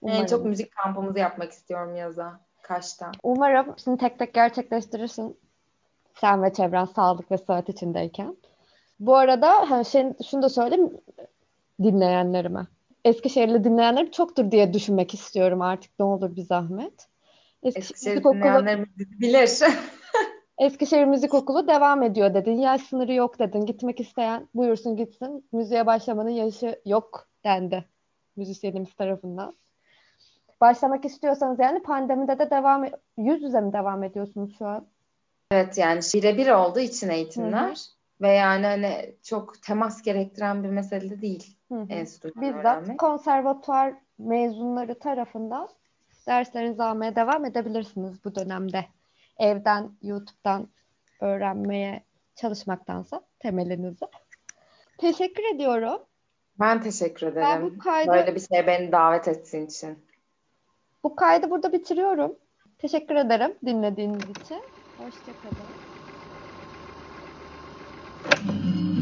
Speaker 1: En çok
Speaker 2: Umarım.
Speaker 1: müzik kampımızı yapmak istiyorum yaza. Kaş'ta.
Speaker 2: Umarım şimdi tek tek gerçekleştirirsin. Sen ve çevren sağlık ve sıhhat içindeyken. Bu arada şunu da söyleyeyim dinleyenlerime. Eskişehirli dinleyenlerim çoktur diye düşünmek istiyorum artık. Ne olur bir zahmet. Eskişehir Müzik
Speaker 1: Eskişehir
Speaker 2: Okulu
Speaker 1: dinleyenlerimiz bilir.
Speaker 2: Eskişehir Müzik Okulu devam ediyor dedin. Yaş sınırı yok dedin. Gitmek isteyen buyursun gitsin. Müziğe başlamanın yaşı yok dendi müzisyenimiz tarafından. Başlamak istiyorsanız yani pandemide de yüz yüze mi devam ediyorsunuz şu an?
Speaker 1: Evet, yani birebir olduğu için
Speaker 2: Hı hı.
Speaker 1: eğitimler ve yani hani çok temas gerektiren bir mesele de değil
Speaker 2: Hı hı.
Speaker 1: enstrüman
Speaker 2: Bizzat
Speaker 1: öğrenmek.
Speaker 2: konservatuvar mezunları tarafından derslerinizi almaya devam edebilirsiniz bu dönemde. Evden, YouTube'dan öğrenmeye çalışmaktansa temelinizi. Teşekkür ediyorum.
Speaker 1: Ben teşekkür
Speaker 2: Ben bu
Speaker 1: ederim.
Speaker 2: kaydı
Speaker 1: Böyle bir şeye beni davet ettiğin için.
Speaker 2: bu kaydı burada bitiriyorum. Teşekkür ederim dinlediğiniz için. Hoşça kalın.